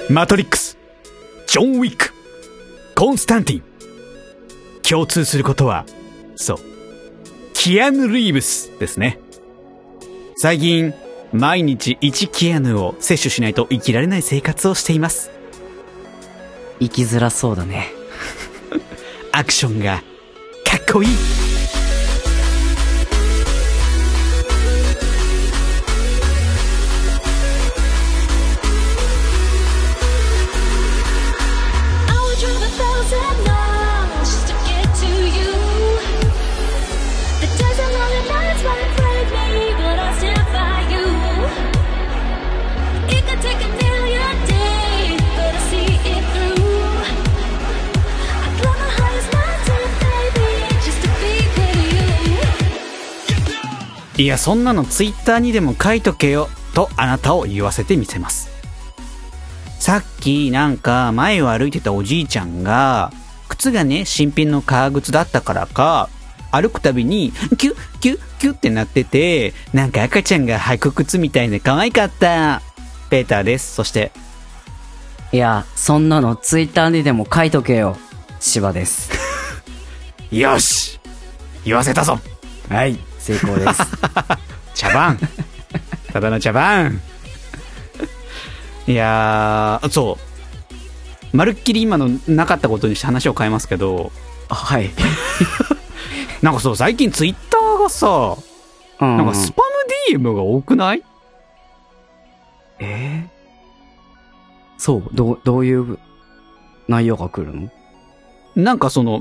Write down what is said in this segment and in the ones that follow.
マトリックス、ジョン・ウィック、コンスタンティン。共通することは、そう、キアヌ・リーブスですね。最近毎日1キアヌを摂取しないと生きられない生活をしています。 生きづらそうだね。 アクションがかっこいい。いや、そんなのツイッターにでも書いとけよとあなたを言わせてみせます。さっきなんか前を歩いてたおじいちゃんが靴がね新品の革靴だったからか歩くたびにキュッキュッキュッってなってて、なんか赤ちゃんが履く靴みたいで可愛かった。ペーターです。そしていや、そんなのツイッターにでも書いとけよ。芝です。 よし、言わせたぞ。 はい、成功です。 茶番。ただの茶番。いやー、そう。まるっきり今のなかったことにして話を変えますけど。 はい。 なんかそう、最近ツイッターがさ、なんかスパム DM が多くない？ そう、どういう内容が来るの？ なんかその、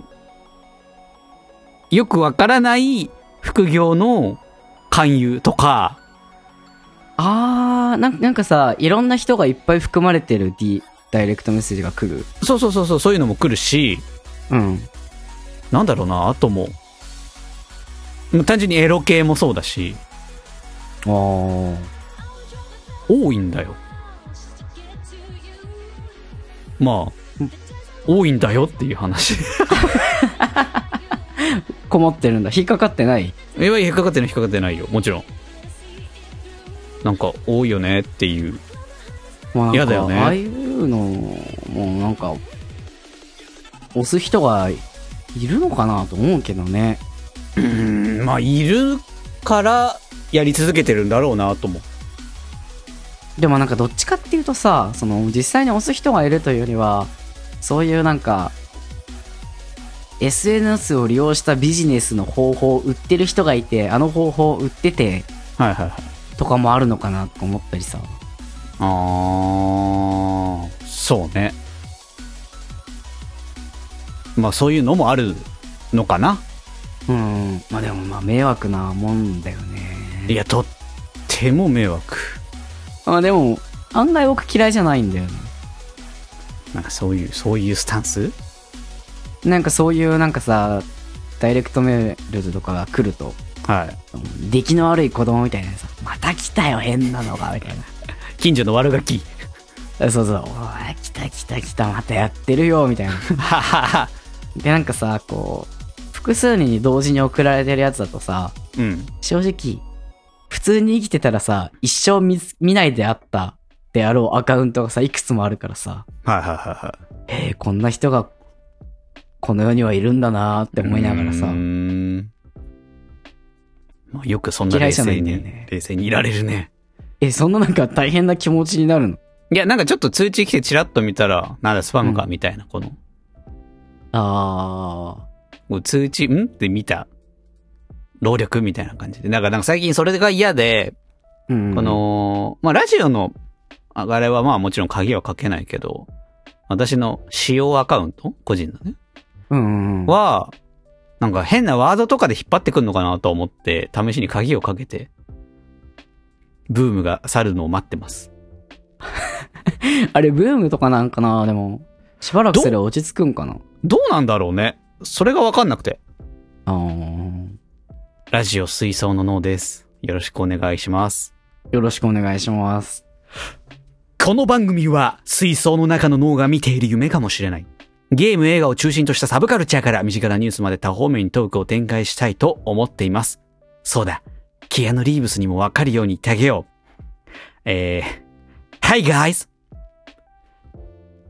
よくわからない副業の勧誘とか。 なんかさ、いろんな人がいっぱい含まれてるダイレクトメッセージが来る。 そうそうそうそう、そういうのも来るし。 うん。 なんだろうな、あとも単純にエロ系もそうだし。多いんだよ。まあ、多いんだよっていう話。 こもってるんだ。引っかかってない？ 引っかかってないよ。もちろん。なんか多いよねっていう。嫌だよね。 ああいうのもうなんか押す人がいるのかなと思うけどね。 まあいるからやり続けてるんだろうなと思う。 でもなんかどっちかっていうとさ、その実際に押す人がいるというよりは、そういうなんか SNS を利用したビジネスの方法を売ってる人がいて、あの方法を売ってて、 はいはいはい、 とかもあるのかなと思ったりさ。 そうね。まあそういうのもあるのかな。 まあでもまあ迷惑なもんだよね。 いや、とっても迷惑。 でも案外僕嫌いじゃないんだよね。 なんかそういうスタンス？ なんかそういうなんかさ、ダイレクトメールとかが来ると、 はい。 出来の悪い子供みたいなさ、また来たよ変なのがみたいな。 近所の悪ガキ。 そうそう、おい来たまたやってるよみたいな。でなんかさ、こう複数人に同時に送られてるやつだとさ、正直普通に生きてたらさ、一生見ないであったであろうアカウントがさ、いくつもあるからさ、こんな人がこの世にはいるんだなーって思いながらさ、 まあ、よくそんな冷静にいられるね。 そんななんか大変な気持ちになるの？ いや、なんかちょっと通知来てチラッと見たら、なんだスパムかみたいな、この。もう通知、って見た。労力みたいな感じで。なんか最近それが嫌で、この、まあ、ラジオの、あれはまあもちろん鍵はかけないけど、私の使用アカウント個人のね。は、なんか変なワードとかで引っ張ってくんのかなと思って、試しに鍵をかけて、ブームが去るのを待ってます。 あれ、ブームとかなんかな？でも、しばらくすれば落ち着くんかな？ どうなんだろうね。それがわかんなくて。ラジオ水槽の脳です。よろしくお願いします。 よろしくお願いします。 この番組は水槽の中の脳が見ている夢かもしれない。ゲーム映画を中心としたサブカルチャーから身近なニュースまで多方面にトークを展開したいと思っています。そうだ。キアヌ・リーブスにもわかるように言ってあげよう。Hi guys!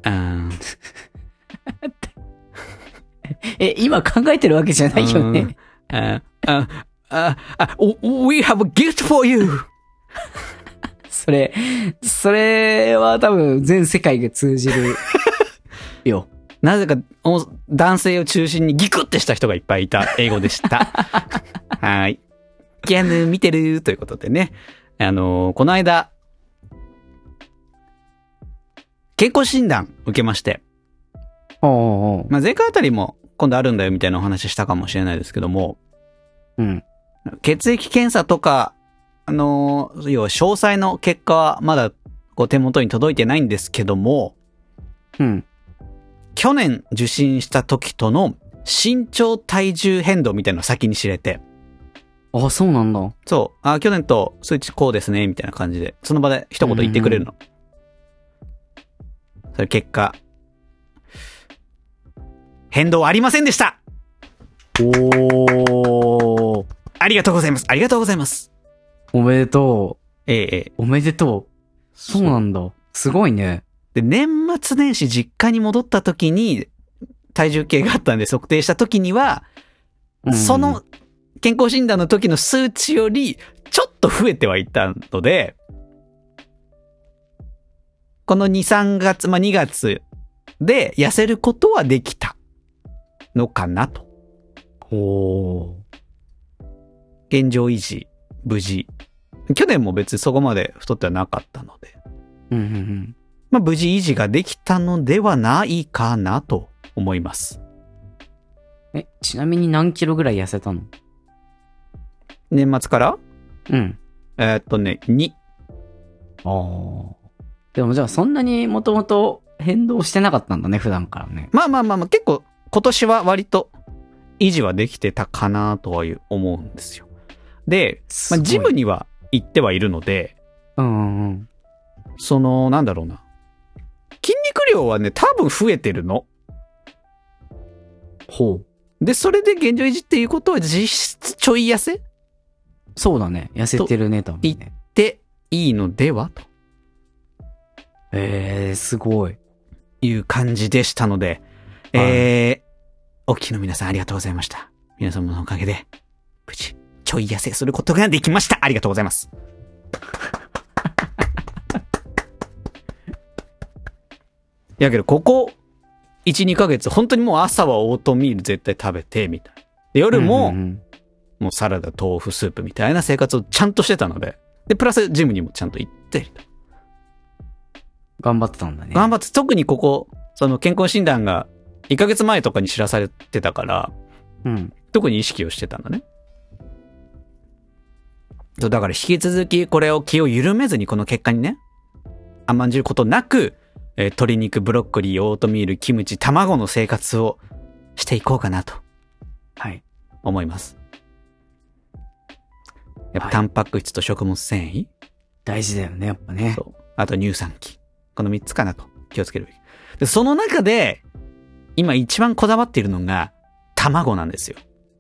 今考えてるわけじゃないよね。 We have a gift for you! それは多分全世界が通じるよ。 なぜか男性を中心にギクってした人がいっぱいいた英語でした。はい。キアヌ見てるということでね。この間、健康診断受けまして。まあ、前回あたりも今度あるんだよみたいなお話したかもしれないですけども。 うん。 血液検査とか、要は詳細の結果はまだ手元に届いてないんですけども。 うん。 去年受診した時との身長体重変動みたいなのを先に知れて。 あ、そうなんだ。 そう。去年と数値こうですね、みたいな感じで、その場で一言言ってくれるの。それ結果、変動ありませんでした。 おー。 ありがとうございます。ありがとうございます。 おめでとう。 おめでとう。そうなんだ。すごいね。 で、年末年始実家に戻った時に、体重計があったんで測定した時には、その健康診断の時の数値よりちょっと増えてはいたので、この2、3月、2月で痩せることはできたのかなと。現状維持、無事。去年も別にそこまで太ってはなかったので。無事維持ができたのではないかなと思います。 ちなみに何キロぐらい痩せたの？ 年末から？ うん。 2。 でもじゃあそんなにもともと変動してなかったんだね、普段からね。 まあ、結構今年は割と維持はできてたかなとは思うんですよ。で、ジムには行ってはいるので、なんだろうな。筋肉量はね、多分増えてるの。で、それで現状維持っていうことは実質ちょい痩せ？ そうだね。痩せてるね、多分ね。 言っていいのではと。 すごい。 いう感じでしたので、お聞きの皆さんありがとうございました。皆様のおかげで、無事、ちょい痩せすることができました。ありがとうございます。やけど、ここ、1、2ヶ月、本当にもう朝はオートミール絶対食べて、みたいな。で、夜も、もうサラダ、豆腐、スープみたいな生活をちゃんとしてたので、で、プラスジムにもちゃんと行ってると。 頑張ってたんだね。 頑張って、特にここ、その健康診断が1ヶ月前とかに知らされてたから、特に意識をしてたんだね。そう、だから引き続きこれを気を緩めずにこの結果にね、甘んじることなく、鶏肉、ブロッコリー、オートミール、キムチ、卵の生活をしていこうかなと。思います。やっぱタンパク質と食物繊維、 大事だよね、やっぱね。 そう。あと乳酸菌。この3つかなと気をつけるべき。で、その中で、今一番こだわっているのが、卵なんですよ。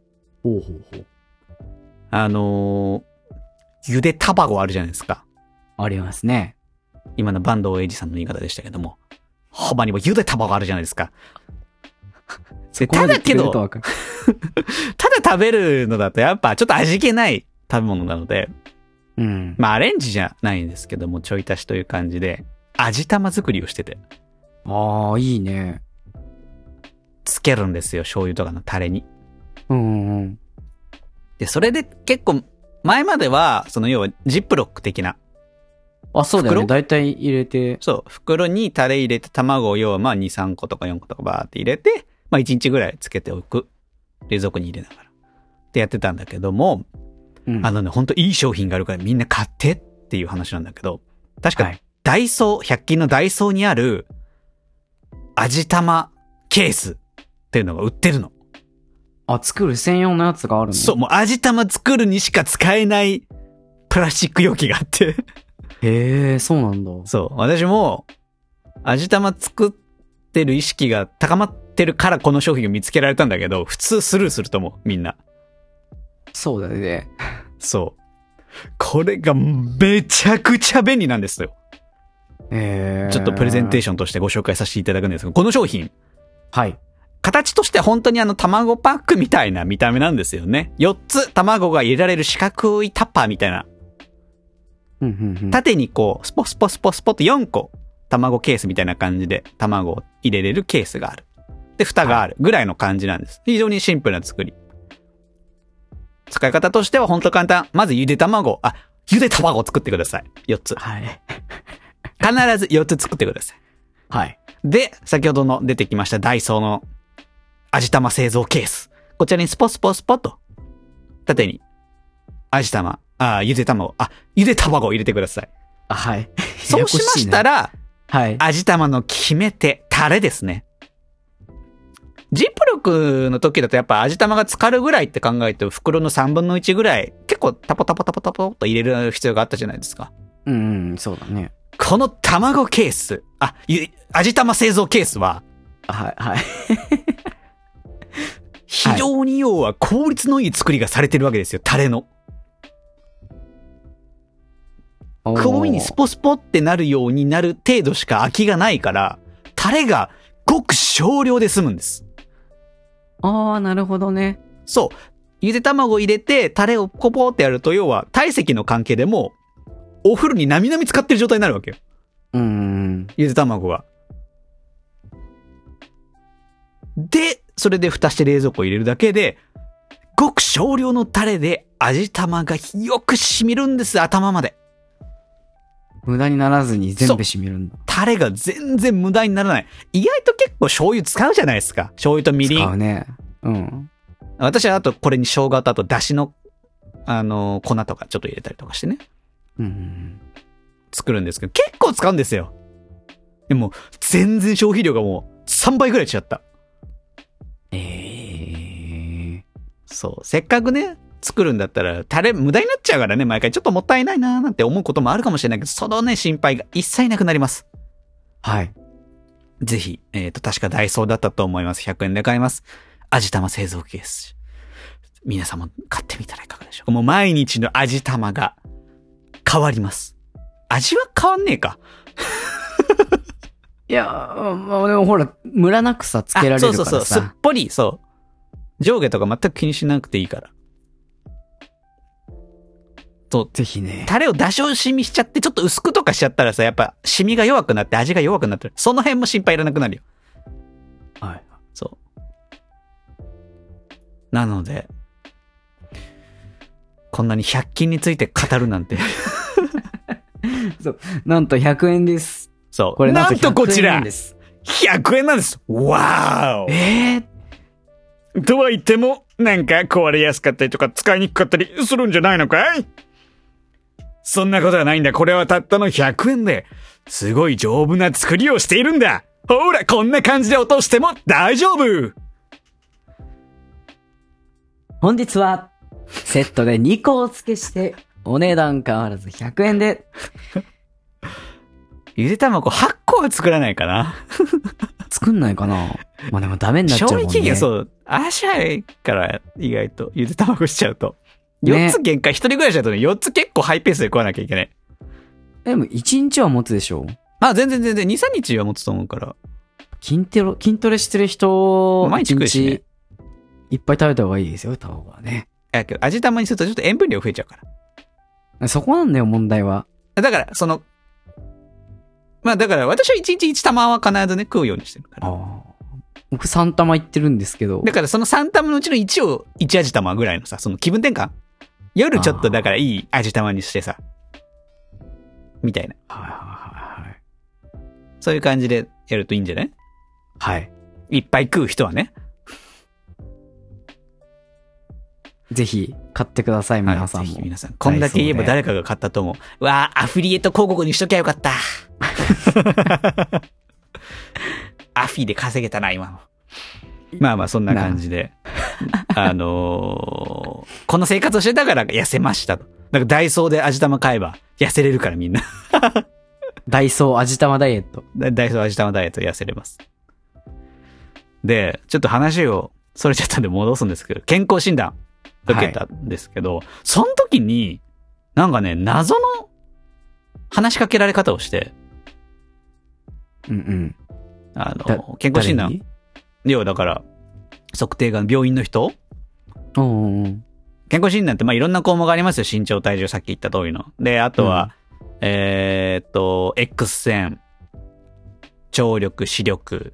ゆで卵あるじゃないですか。 ありますね。 今の坂東英二さんの言い方でしたけども、ほんまにもゆで卵あるじゃないですか。ただけど、ただ食べるのだとやっぱちょっと味気ない食べ物なので、アレンジじゃないんですけども、ちょい足しという感じで、味玉作りをしてて。 いいね。 つけるんですよ、醤油とかのタレに。で、それで結構、前までは、要はジップロック的な。 そうだよね。だいたい入れて。 そう、袋にタレ入れて卵を要は2、3個とか4個とかバーって入れて、1日ぐらいつけておく。冷蔵庫に入れながら。ってやってたんだけども、ほんといい商品があるからみんな買ってっていう話なんだけど、確か、ダイソー、100均のダイソーにある、味玉ケースっていうのが売ってるの。 作る専用のやつがあるの？ そう、もう味玉作るにしか使えないプラスチック容器があって。 そうなんだ。 そう。私も、味玉作ってる意識が高まってるからこの商品を見つけられたんだけど、普通スルーすると思う、みんな。 そうだね。 そう。これがめちゃくちゃ便利なんですよ。 ちょっとプレゼンテーションとしてご紹介させていただくんですけど、この商品。 はい。 形としては本当に卵パックみたいな見た目なんですよね。4つ卵が入れられる四角いタッパーみたいな。縦にこう、スポスポスポスポと4個、卵ケースみたいな感じで卵を入れれるケースがある。で、蓋があるぐらいの感じなんです。非常にシンプルな作り。使い方としては本当簡単。まずゆで卵を作ってください。4つ。 はい。 必ず4つ作ってください。 はい。 で、先ほどの出てきましたダイソーの味玉製造ケース。こちらにスポスポスポと、縦に、ゆで卵を入れてください。 はい。 そうしましたら、 はい。 味玉の決め手、タレですね。ジップロックの時だとやっぱ味玉が浸かるぐらいって考えると袋の3分の1ぐらい結構タポタポタポタポと入れる必要があったじゃないですか。 そうだね。 この卵ケース、味玉製造ケースは、 はい、はい。 非常に要は効率のいい作りがされてるわけですよ、タレの。こうにスポスポってなるようになる程度しか空きがないから、タレがごく少量で済むんです。 なるほどね。 そう。ゆで卵入れて、タレをポポってやると、要は体積の関係でも、お風呂になみなみ使ってる状態になるわけよ。ゆで卵が。で、それで蓋して冷蔵庫入れるだけで、ごく少量のタレで味玉がよく染みるんです、頭まで。 無駄にならずに全部染みるんだ。 タレが全然無駄にならない。意外と結構醤油使うじゃないですか。醤油とみりん。 使うね。 私はあとこれに生姜とあとだしの、粉とかちょっと入れたりとかしてね。作るんですけど、結構使うんですよ。でも、全然消費量がもう3倍ぐらい違った。そう。せっかくね、作るんだったら、タレ無駄になっちゃうからね、毎回ちょっともったいないなーなんて思うこともあるかもしれないけど、そのね、心配が一切なくなります。 はい。 ぜひ、確かダイソーだったと思います。100円で買えます。味玉製造ケース。皆さんも買ってみたらいかがでしょうか。もう毎日の味玉が変わります。味は変わんねえか。 いや、まあでもほら、ムラなくさ、つけられるからさ。 そう、すっぽり、そう。上下とか全く気にしなくていいから。と、 ぜひね。 タレを出し惜しみしちゃって、ちょっと薄くとかしちゃったらさ、やっぱ、染みが弱くなって味が弱くなってる。その辺も心配いらなくなるよ。 はい。 そう。なので、こんなに100均について語るなんて。 そう。なんと100円です。 そう。 これなんとこちら !100 円なんです。わーおとは言っても、なんか壊れやすかったりとか使いにくかったりするんじゃないのかい？そんなことはないんだ。これはたったの100円で、すごい丈夫な作りをしているんだ。ほら、こんな感じで落としても大丈夫。 本日は、セットで2個お付けして、お値段変わらず100円で。 ゆで卵8個は作らないかな。 作んないかな。まあでもダメになっちゃうもんね。 賞味期限そう、足早いから意外とゆで卵しちゃうと。4つ限界、一人暮らしだとね、4つ結構ハイペースで食わなきゃいけない。でも1日は持つでしょ？ 全然、2、3日は持つと思うから。 筋トレしてる人、 毎日食うしね。 いっぱい食べた方がいいですよ、卵はね。 けど味玉にするとちょっと塩分量増えちゃうから。 そこなんだよ、問題は。 だから、だから私は1日1玉は必ずね、食うようにしてるから。 僕3玉いってるんですけど。 だからその3玉のうちの1を1味玉ぐらいのさ、その気分転換？夜ちょっとだからいい味玉にしてさ。みたいな。 はい。 そういう感じでやるといいんじゃない？ はい。 いっぱい食う人はね。 ぜひ、買ってください、皆さんも。 ぜひ皆さん。こんだけ言えば誰かが買ったと思う。わあ、アフィリエイト広告にしときゃよかった。アフィで稼げたな、今の。まあ、そんな感じで。この生活をしてたから痩せましたと。だからダイソーで味玉買えば痩せれるからみんな。 ダイソー味玉ダイエット。 ダイソー味玉ダイエット痩せれます。で、ちょっと話をそれちゃったんで戻すんですけど、健康診断受けたんですけど、その時に、なんかね、謎の話しかけられ方をして、 うんうん。 健康診断。要はだから、測定が病院の人健康診断っていろんな項目がありますよ。身長、体重、さっき言った通りの。で、あとは、X 線、聴力、視力、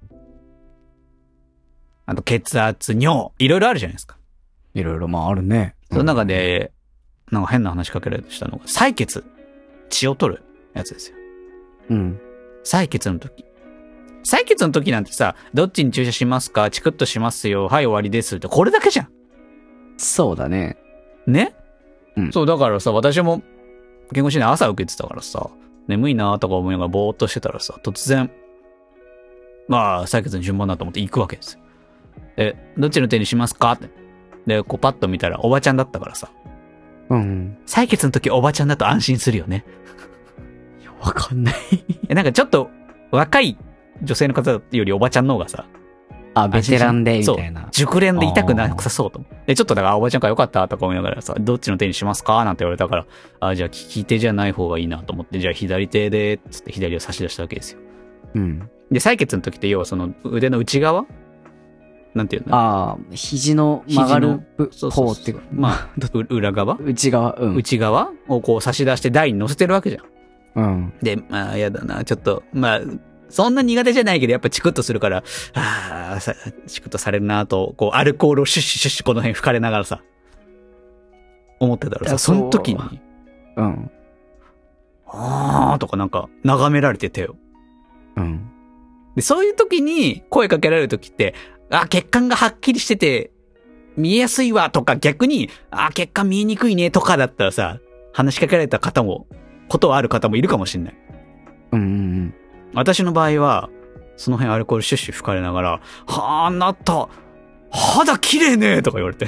あと血圧、尿、いろいろあるじゃないですか。 いろいろあるね。 その中で、なんか変な話しかけられたのが、採血、血を取るやつですよ。 うん。 採血の時。採血の時なんてさ、どっちに注射しますか？チクッとしますよ。はい、終わりです。って、これだけじゃん。 そうだね。 ね？ うん。 そう、だからさ、私も、健康診断朝受けてたからさ、眠いなとか思いながらぼーっとしてたらさ、突然、採血の順番だと思って行くわけですよ。で、どっちの手にしますかって。で、こうパッと見たらおばちゃんだったからさ。 うん。 採血の時おばちゃんだと安心するよね。 いや、わかんないなんかちょっと若い女性の方よりおばちゃんの方がさ、 ベテランで、みたいな。 熟練で痛くなさそうと。で、ちょっとだからおばちゃんからよかったとか思いながらさ、どっちの手にしますかなんて言われたから、じゃあ利き手じゃない方がいいなと思って、じゃあ左手で、つって左を差し出したわけですよ。 うん。 で、採血の時って要はその腕の内側なんていうの？ 肘の曲がる方っていうか。 裏側？ 内側。うん。 内側をこう差し出して台に乗せてるわけじゃん。 うん。 で、やだな。ちょっと、そんな苦手じゃないけど、やっぱチクッとするから、チクッとされるなと、こう、アルコールをシュッシュシュッシュこの辺吹かれながらさ、思ってたらさ、その時に、 うん。 とかなんか、眺められて手を。 うん。 で、そういう時に、声かけられる時って、血管がはっきりしてて、見えやすいわとか、逆に、血管見えにくいねとかだったらさ、話しかけられたことある方もいるかもしれない。 うんうんうん。 私の場合は、その辺アルコールシュッシュ吹かれながら、あなた、肌綺麗ねとか言われて。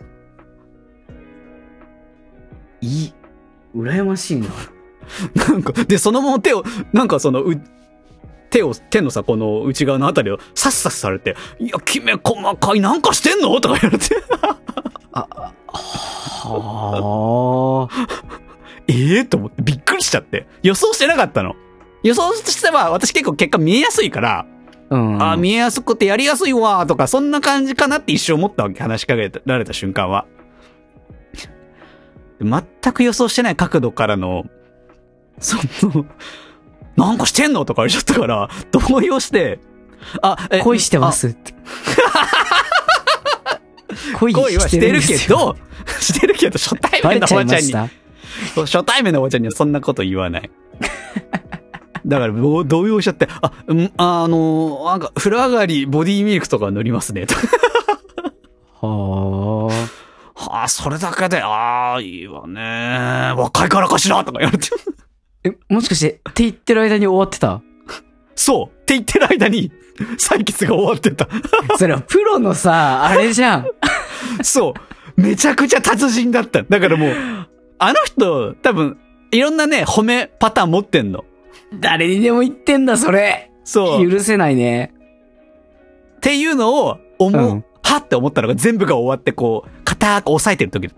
羨ましいな。 なんか、で、そのまま手のさ、この内側のあたりをサッサッされて、いや、きめ細かい、なんかしてんのとか言われて。と思ってびっくりしちゃって。予想してなかったの。予想としては、私結構結果見えやすいから、見えやすくてやりやすいわとか、そんな感じかなって一瞬思ったわけ。話しかけられた瞬間は。全く予想してない角度からの、なんかしてんのとか言われちゃったから、動揺して、 恋してますって。 恋はしてるけど、初対面のおばちゃんに、初対面のおばちゃんにはそんなこと言わない。だから、動揺しちゃって、なんか、風呂上がり、ボディミルクとか塗りますね、と。それだけで、いいわね。若いからかしらとか言われて。 もしかして、って言ってる間に終わってた？ そう。って言ってる間に、採血が終わってた。 それはプロのさ、あれじゃん。 そう。めちゃくちゃ達人だった。だからもう、あの人、多分、いろんなね、褒めパターン持ってんの。 誰にでも言ってんだ、それ。 そう。 許せないね。 っていうのを、はって思ったのが全部が終わって、こう、固く押さえてる時だった。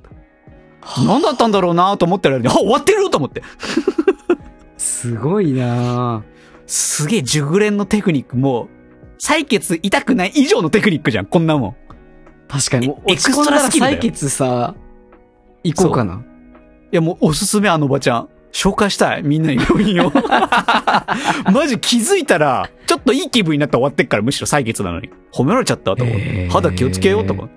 何だったんだろうなと思ってる間に、終わってると思って。 すごいなすげえ熟練のテクニックも、採血痛くない以上のテクニックじゃん、こんなもん。 確かに。エクストラスキルだよ。採血さ、行こうかな。 いやもうおすすめ、あのおばちゃん。紹介したい。みんなに病院を。マジ気づいたら、ちょっといい気分になって終わってっから、むしろ採血なのに。褒められちゃったと思って。肌気をつけようと思って。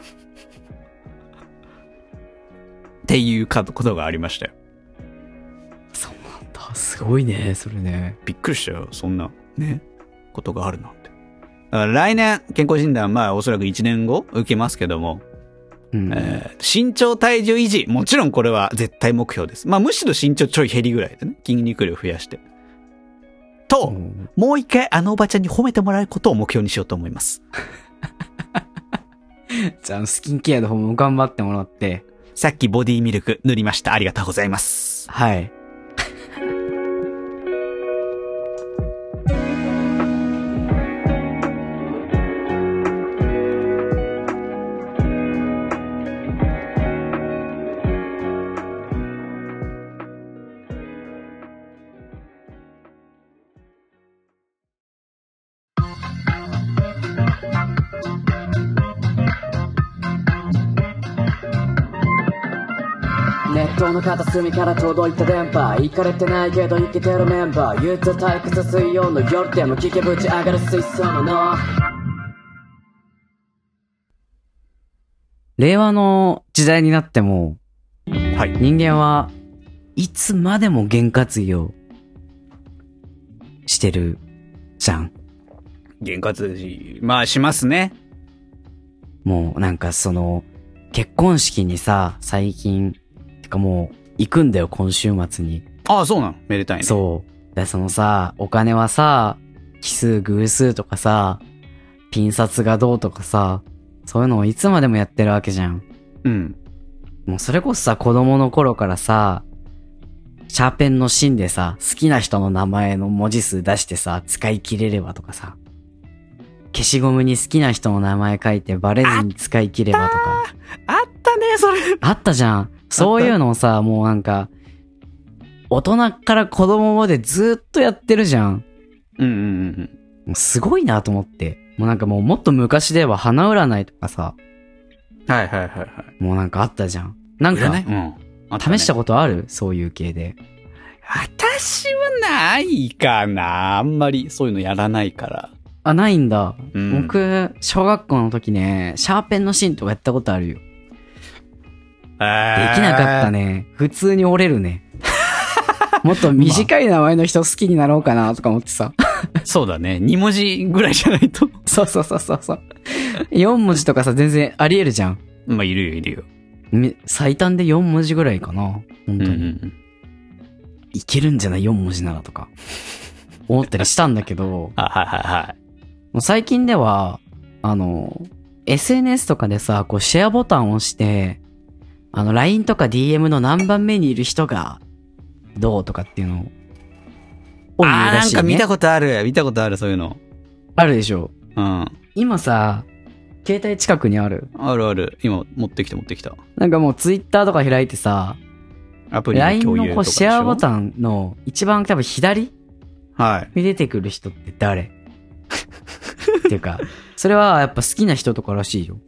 っていうことがありましたよ。 そうなんだ。すごいね、それね。 びっくりしたよ。そんな、ね、ことがあるなんて。だから来年、健康診断、おそらく1年後受けますけども、身長体重維持。もちろんこれは絶対目標です。むしろ身長ちょい減りぐらいでね。筋肉量増やして。と、もう一回あのおばちゃんに褒めてもらうことを目標にしようと思います。 じゃあ、スキンケアの方も頑張ってもらって。 さっきボディミルク塗りました。ありがとうございます。 はい。 ネットの片隅から届いた電波、行かれてないけど生きてるメンバー、憂鬱退屈水曜の夜でも聞けぶち上がる水槽の令和の時代になっても、はい、人間はいつまでも験担ぎをしてるじゃん。 験担ぎ、まあしますね。 もうなんかその結婚式にさ、最近てかもう行くんだよ、今週末に。 ああ、そうなの、めでたいね。 そう。でそのさ、お金はさ、奇数偶数とかさ、ピン札がどうとかさ、そういうのをいつまでもやってるわけじゃん。 うん。 もうそれこそさ、子供の頃からさ、シャーペンの芯でさ、好きな人の名前の文字数出してさ、使い切れればとかさ、消しゴムに好きな人の名前書いてバレずに使い切ればとか。 あったね、それ。 あったじゃん。そういうのをさ、もうなんか、大人から子供までずっとやってるじゃん。 うんうんうん。 もうすごいなと思って。もうなんかもっと昔では花占いとかさ。 はいはいはいはい。 もうなんかあったじゃん。なんか、試したことある？そういう系で。 私はないかな。あんまりそういうのやらないから。 あ、ないんだ。 うん、 僕、小学校の時ね、シャーペンの芯とかやったことあるよ。できなかったね。普通に折れるね。もっと短い名前の人好きになろうかなとか思ってさ。 そうだね。2文字ぐらいじゃないと。 そう。4文字とかさ、全然あり得るじゃん。 まあ、いるよ。 最短で4文字ぐらいかな。本当に。いけるんじゃない ?4 文字ならとか。思ったりしたんだけど。 はい。 もう最近では、SNS とかでさ、こうシェアボタンを押して、LINE とか DM の何番目にいる人が、どうとかっていうのを言うらしいね。 なんか見たことある、そういうの。 あるでしょ。 うん。 今さ、携帯近くにある。 ある。今、持ってきた。 なんかもう Twitter とか開いてさ、 アプリの共有とかでしょ。 LINE のシェアボタンの一番多分左はい。 に出てくる人って誰っていうか、それはやっぱ好きな人とからしいよ。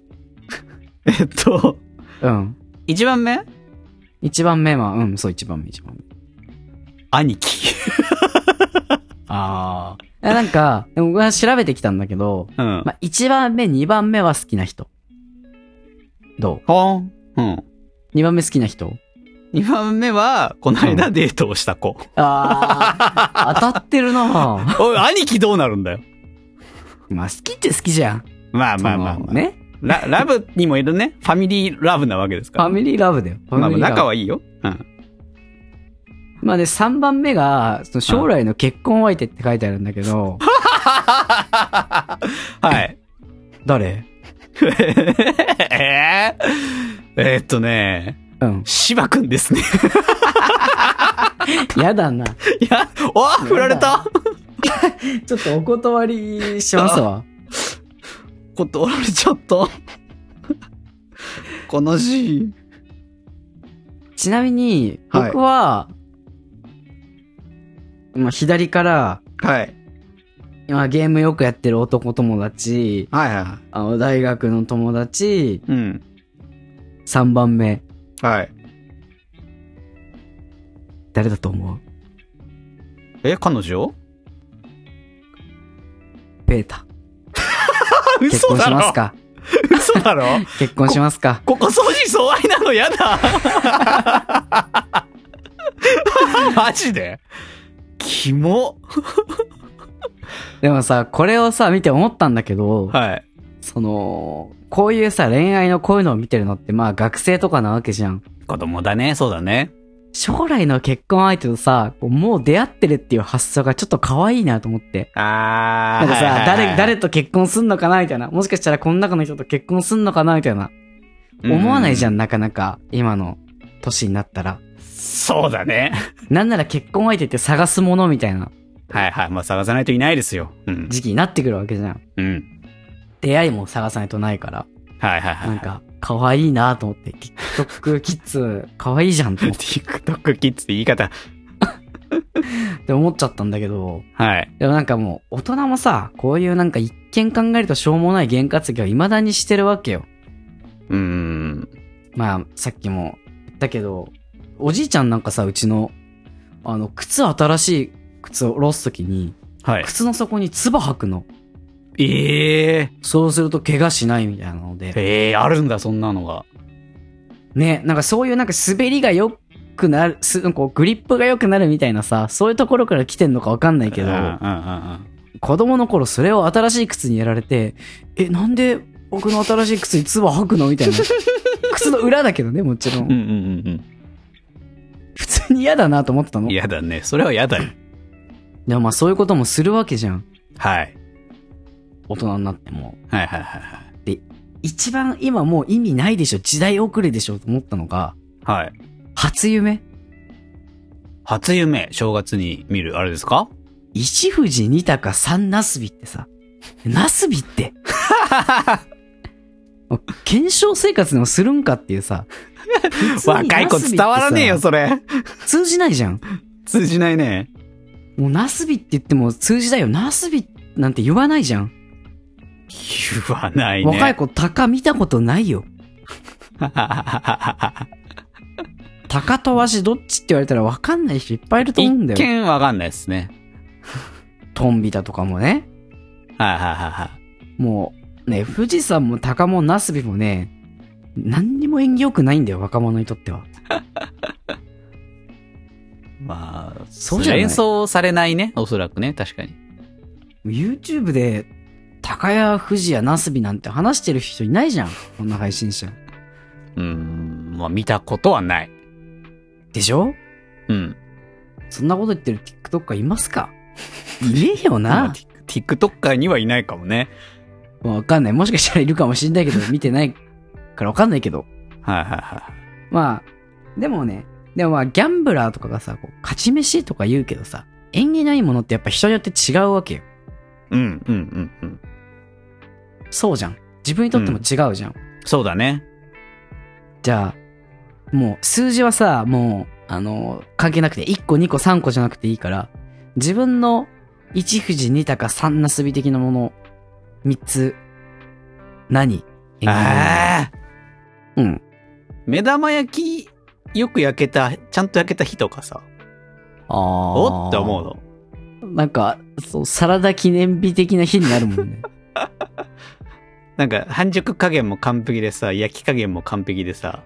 うん。 一番目は、そう、一番目。 兄貴。 なんか、僕は調べてきたんだけど、まあ、1番目、2番目は好きな人。どう？2番目好きな人？ 2 番目は、この間デートをした子。 当たってるなおい、兄貴どうなるんだよ。 まあ、好きって好きじゃん。 まあ。 ね。 ラブにもいるね。ファミリーラブなわけですから。 ファミリーラブだよ。 まあ、仲はいいよ。 まあね、3番目が、その将来の結婚相手って書いてあるんだけど。 はい。 誰？ 芝くんですね。 やだな。 振られたちょっとお断りしますわ。 断られちゃった。悲しい。 ちなみに、僕は、左から、今ゲームよくやってる男友達、大学の友達、3番目。誰だと思う？ 彼女？ ペータ。結婚しますか？ 嘘だろ？ 結婚しますか？ ここ掃除相愛なのやだ。マジで？キモ。 でもさ、これをさ、見て思ったんだけど、こういうさ、恋愛のこういうのを見てるのって、まあ学生とかなわけじゃん。 子供だね、そうだね。 将来の結婚相手とさ、もう出会ってるっていう発想がちょっと可愛いなと思って。なんかさ、誰と結婚すんのかなみたいな。もしかしたらこの中の人と結婚すんのかなみたいな。思わないじゃん、なかなか。今の年になったら。 そうだね。 なんなら結婚相手って探すものみたいな。 まあ探さないといないですよ。 時期になってくるわけじゃん。出会いも探さないとないから。なんか、可愛いなと思って。TikTok キッズ、可愛いじゃんと思って。 TikTok キッズって言い方。 って思っちゃったんだけど。でもなんかもう、大人もさ、こういうなんか一見考えるとしょうもない験担ぎを未だにしてるわけよ。まあ、さっきも言ったけど、 おじいちゃんなんかさ、うちの、新しい靴を下ろすときに、はい。靴の底に唾吐くの。そうすると怪我しないみたいなので。 あるんだ、そんなのが。 ね、なんかそういうなんか滑りが良くなる、こうグリップが良くなるみたいなさ、そういうところから来てんのかわかんないけど、子供の頃それを新しい靴にやられて、なんで僕の新しい靴に唾吐くのみたいな。靴の裏だけどね、もちろん。普通に嫌だなと思ってたの。 嫌だね。それは嫌だよ。 でもまあそういうこともするわけじゃん。 はい。 大人になっても。 はい。 で、一番今もう意味ないでしょ、時代遅れでしょと思ったのが、 はい。 初夢。 正月に見る、あれですか？ 一富士二鷹三なすびってさ、なすびって。検証生活でもするんかっていうさ。 若い子伝わらねえよ、それ。 通じないじゃん。 通じないね。 もうなすびって言っても通じだよ。なすびなんて言わないじゃん。 言わないね。 若い子、鷹見たことないよ。鷹とわしどっちって言われたら分かんない人いっぱいいると思うんだよ。 一見分かんないですね。 トンビタとかもね。もう、ね、富士山も鷹もナスビもね、何にも縁起良くないんだよ、若者にとっては。 まあ、そうじゃ演奏されないね、おそらくね、確かに。 YouTube で、鷹や富士やナスビなんて話してる人いないじゃん、こんな配信者。 まあ見たことはない。 でしょ？ うん。 そんなこと言ってる TikToker いますか？いねえよな。 TikToker にはいないかもね。 わかんない。もしかしたらいるかもしんないけど、見てないからわかんないけど。まあ、でもまあ、ギャンブラーとかがさ、こう勝ち飯とか言うけどさ、縁起ないものってやっぱ人によって違うわけよ。そうじゃん。自分にとっても違うじゃん。 そうだね。 じゃあ、もう数字はさ、もう、関係なくて、1個、2個、3個じゃなくていいから、自分の1富士2鷹3なすび的なもの、3つ、何？うん。 目玉焼き、よく焼けた、ちゃんと焼けた日とかさ。おって思うの。 なんか、そう、サラダ記念日的な日になるもんね。 なんか、半熟加減も完璧でさ、焼き加減も完璧でさ。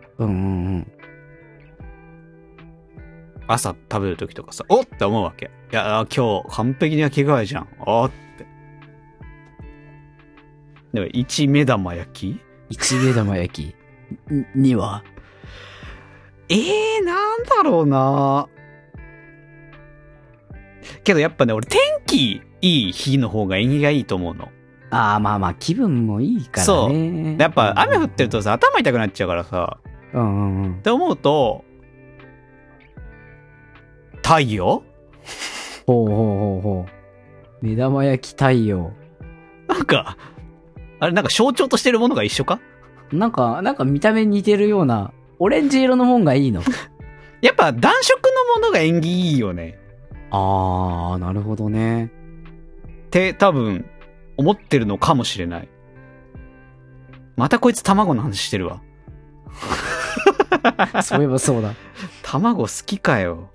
朝食べるときとかさ、おって思うわけ。いや、今日完璧に焼き具合じゃん。おって。でも、1目玉焼き ?1 目玉焼き。2はなんだろうな。けどやっぱね、俺天気いい日の方が縁起がいいと思うの。 まあ、気分もいいからね。 そう。やっぱ雨降ってるとさ、頭痛くなっちゃうからさ。って思うと、太陽？ ほう。目玉焼き太陽。 なんか象徴としてるものが一緒か？ なんか見た目に似てるような、オレンジ色のもんがいいの。 やっぱ暖色のものが縁起いいよね。 なるほどね。 って多分、思ってるのかもしれない。またこいつ卵の話してるわ。 そういえばそうだ。 卵好きかよ。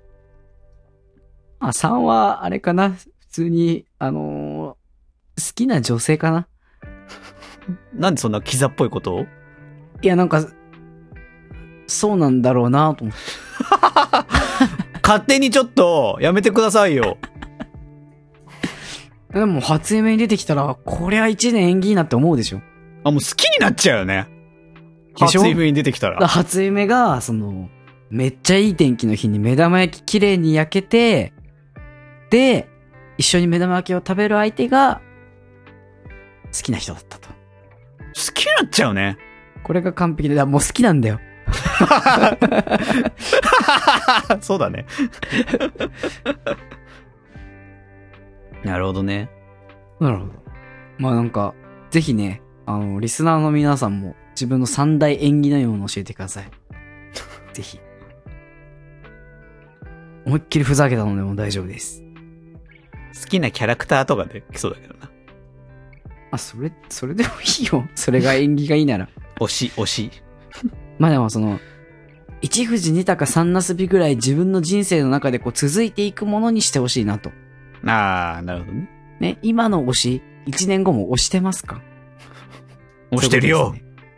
3は、あれかな。普通に、好きな女性かな。 なんでそんなキザっぽいことを？ いや、なんか、そうなんだろうなと思って。 勝手にちょっと、やめてくださいよ。 でも、初夢に出てきたら、こりゃ1年縁起いいなって思うでしょ。 もう好きになっちゃうよね。初夢に出てきたら。 初夢が、めっちゃいい天気の日に目玉焼き綺麗に焼けて、で、一緒に目玉焼きを食べる相手が、好きな人だったと。 好きになっちゃうね。 これが完璧で、もう好きなんだよ。 そうだね。なるほどね。 なるほど。まあなんか、ぜひね、リスナーの皆さんも自分の三大縁起のように教えてください。ぜひ。思いっきりふざけたのでも大丈夫です。 好きなキャラクターとかできそうだけどな。 それでもいいよ。それが縁起がいいなら。 推し。 まあでも一富士二鷹三なすびぐらい自分の人生の中でこう続いていくものにしてほしいなと。 ああ、なるほどね。 ね、今の推し、1年後も推してますか？ 推してるよ。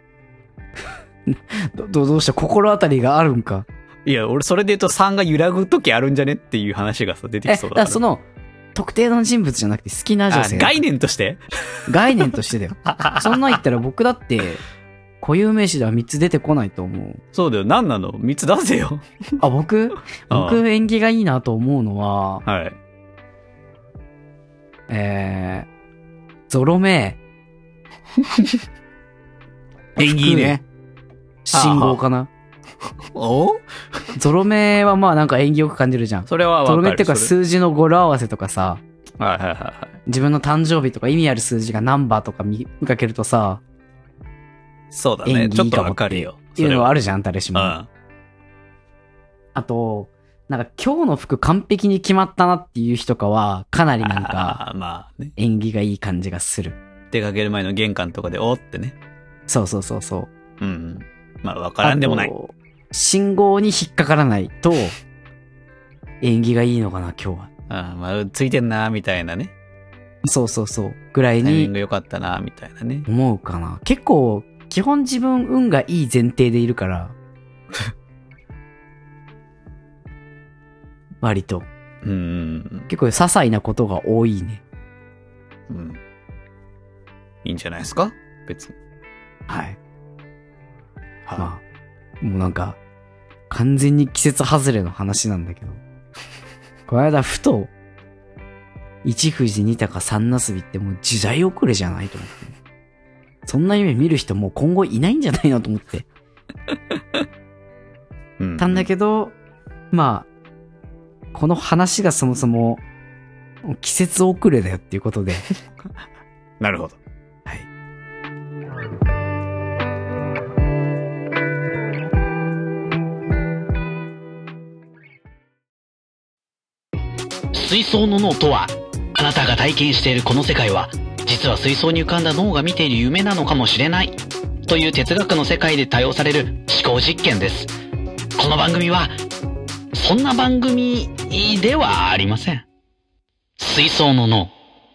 どうした心当たりがあるんか？ いや、俺それで言うと3が揺らぐ時あるんじゃねっていう話がさ、出てきそうだから。 だからその、特定の人物じゃなくて好きな女性。 概念として概念としてだよ。そんなん言ったら僕だって、固有名詞では3つ出てこないと思う。 そうだよ。何なの ?3 つ出せよ。 僕縁起がいいなと思うのは、 はい。 ゾロ目。 縁起いいね。 信号かな。 おゾロ目はまあなんか縁起よく感じるじゃん。 それはわかる。 ゾロ目っていうか数字の語呂合わせとかさ、 はいはいはいはい。 自分の誕生日とか意味ある数字がナンバーとか見かけるとさ、 そうだね。ちょっとわかるよ。 っていうのはあるじゃん、誰しも。 うん。 あと、なんか今日の服完璧に決まったなっていう日とかは、かなりなんか、 まあね。 縁起がいい感じがする。 出かける前の玄関とかで、おってね。 そうそうそうそう。 うん。まあわからんでもない。 信号に引っかからないと、縁起がいいのかな、今日は。 まあ、ついてんな、みたいなね。 そうそうそう。ぐらいに。 タイミング良かったな、みたいなね。 思うかな。結構、基本自分運がいい前提でいるから。割と。結構些細なことが多いね。 うん。いいんじゃないですか別に。 はい。まあ、もうなんか、完全に季節外れの話なんだけど。この間ふと、一富士二鷹三なすびってもう時代遅れじゃないと思って。そんな夢見る人もう今後いないんじゃないのと思って。たんだけど、まあ、この話がそもそも季節遅れだよっていうことで。 なるほど。 はい。 水槽の脳とは、あなたが体験しているこの世界は、実は水槽に浮かんだ脳が見ている夢なのかもしれないという哲学の世界で多用される思考実験です。この番組はそんな番組ではありません。水槽の脳。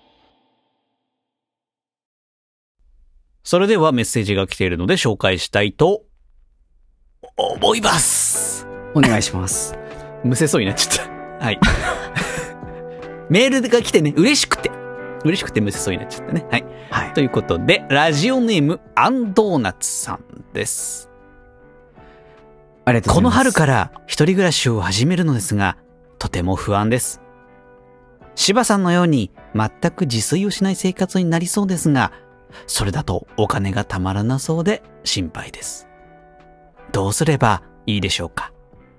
それではメッセージが来ているので紹介したいと思います。 お願いします。 むせそうになっちゃった。はい。メールが来てね、嬉しくてむせそうになっちゃったね。はい。はい。ということで、ラジオネームアンドーナツさんです。 ありがとうございます。 この春から一人暮らしを始めるのですが、とても不安です。柴さんのように全く自炊をしない生活になりそうですが、それだとお金がたまらなそうで心配です。どうすればいいでしょうか？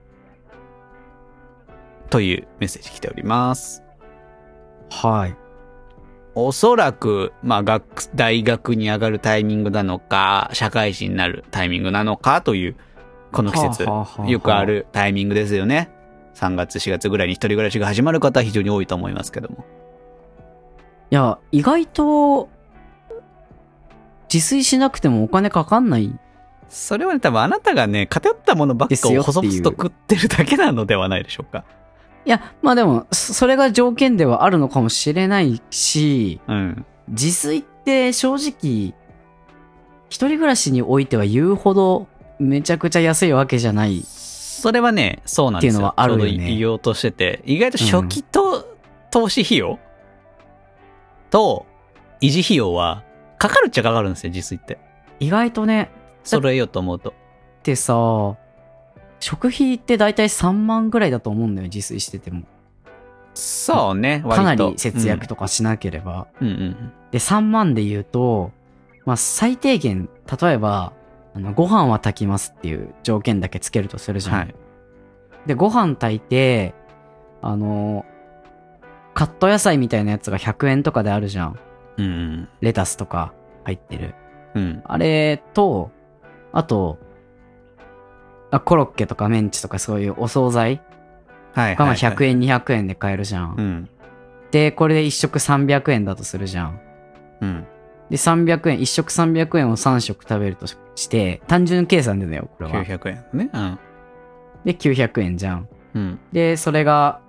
というメッセージ来ております。 はい。 おそらく、まあ、大学に上がるタイミングなのか、社会人になるタイミングなのかという、この季節、よくあるタイミングですよね。3月、4月ぐらいに一人暮らしが始まる方は非常に多いと思いますけども。 いや、意外と、自炊しなくてもお金かかんない。 それはね、多分あなたがね、偏ったものばっかを細々と食ってるだけなのではないでしょうか。 いや、まあでも、それが条件ではあるのかもしれないし、 うん、 自炊って正直、一人暮らしにおいては言うほどめちゃくちゃ安いわけじゃない。 それはね、そうなんですよ。っていうのはあるよね。ちょうど言おうとしてて、意外と初期と、投資費用と維持費用はかかるっちゃかかるんですよ、自炊って。 意外とね。 揃えようと思うと。 でさ、食費ってだいたい3万ぐらいだと思うんだよ、自炊してても。 そうね、 かなり節約とかしなければ。 うんうんうん、 で、3万で言うと、まあ最低限、例えば、ご飯は炊きますっていう条件だけつけるとするじゃん。はい、で、ご飯炊いて、カット野菜みたいなやつが100円とかであるじゃん。 うんうん、 レタスとか入ってる。 うん、 あれと、あと、コロッケとかメンチとかそういうお惣菜がまあ100円、200円で買えるじゃん。 うん、 で、これで1食300円だとするじゃん。 うん、 で、300円、1食300円を3食食べるとして、単純計算でだよ、これは。 900円ね。うん。 で、900円じゃん。 うん。 で、それが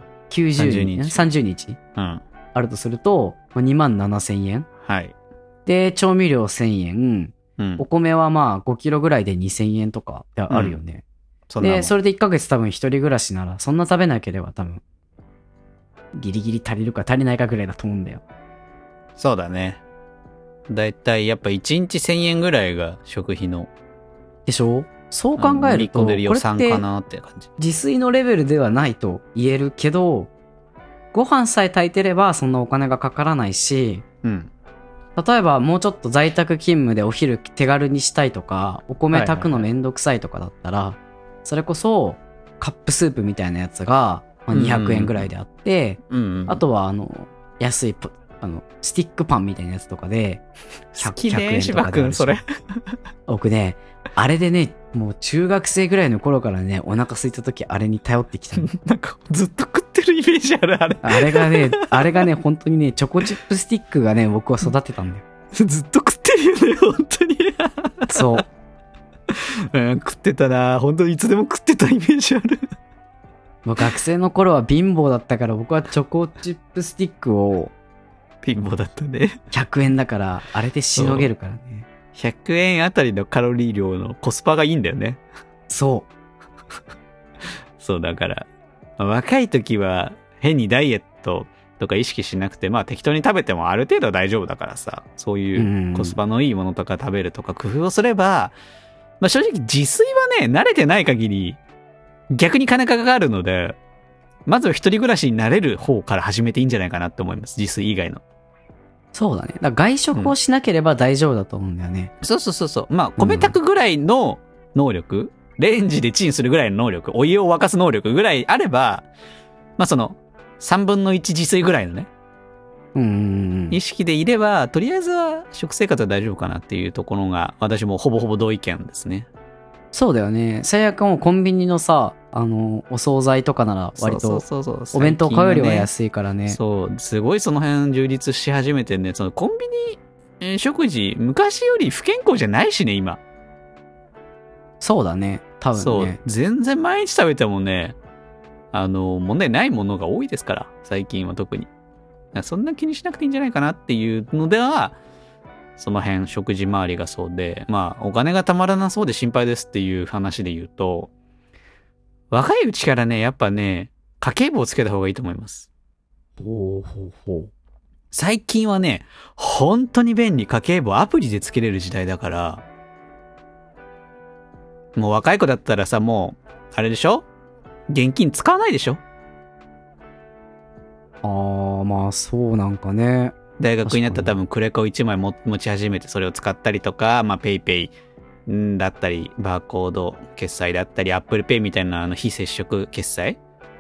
90日、30日、 うん、 あるとすると、27,000円。 はい。 で、調味料1000円。 うん、 お米はまあ5キロぐらいで2000円とかあるよね。で、それで1ヶ月多分一人暮らしなら、そんな食べなければ多分、ギリギリ足りるか足りないかぐらいだと思うんだよ。 そうだね。だいたいやっぱ1日1000円ぐらいが食費の。 でしょ？そう考えると、これって自炊のレベルではないと言えるけど、ご飯さえ炊いてればそんなお金がかからないし、 うん、 例えばもうちょっと在宅勤務でお昼手軽にしたいとか、お米炊くのめんどくさいとかだったら、それこそカップスープみたいなやつが200円ぐらいであって、あとは安いスティックパンみたいなやつとかで 100円とかであるし。それ僕ね、あれでね、もう中学生ぐらいの頃からね、お腹空いた時あれに頼ってきた。 なんかずっと食ってるイメージある、あれ。 あれがね、本当にね、チョコチップスティックがね、僕は育てたんだよ。 ずっと食ってるよね、本当に。 そう。 食ってたな、本当にいつでも食ってたイメージある。 もう学生の頃は貧乏だったから、僕はチョコチップスティックを、 貧乏だったね。 100円だから、あれでしのげるからね。 100円あたりのカロリー量のコスパがいいんだよね。 そう。 そうだから、若い時は変にダイエットとか意識しなくて、まあ適当に食べてもある程度大丈夫だからさ、そういうコスパのいいものとか食べるとか工夫をすれば、まあ正直自炊はね、慣れてない限り逆に金がかかるので、まずは一人暮らしになれる方から始めていいんじゃないかなって思います。自炊以外の。 そうだね。だから外食をしなければ大丈夫だと思うんだよね。 そう。まあ、米炊くぐらいの能力、レンジでチンするぐらいの能力、お湯を沸かす能力ぐらいあれば、まあその、3分の1自炊ぐらいのね、意識でいれば、とりあえずは食生活は大丈夫かなっていうところが、私もほぼほぼ同意見ですね。 そうだよね。最悪もうコンビニのさ、お惣菜とかなら割と、お弁当買うよりは安いからね。 そう、すごいその辺充実し始めてね、そのコンビニ食事、昔より不健康じゃないしね、今。 そうだね。多分ね。そう。 全然毎日食べてもね、問題ないものが多いですから、最近は特に。そんな気にしなくていいんじゃないかなっていうのでは、その辺、食事周りがそうで、まあ、お金がたまらなそうで心配ですっていう話で言うと、若いうちからね、やっぱね、家計簿をつけた方がいいと思います。最近はね、本当に便利、家計簿アプリでつけれる時代だから、もう若い子だったらさ、もう、あれでしょ？現金使わないでしょ？ まあそうなんかね。 大学になったら多分クレカを1枚持ち始めてそれを使ったりとか、まあペイペイだったり、バーコード決済だったり、アップルペイみたいな非接触決済、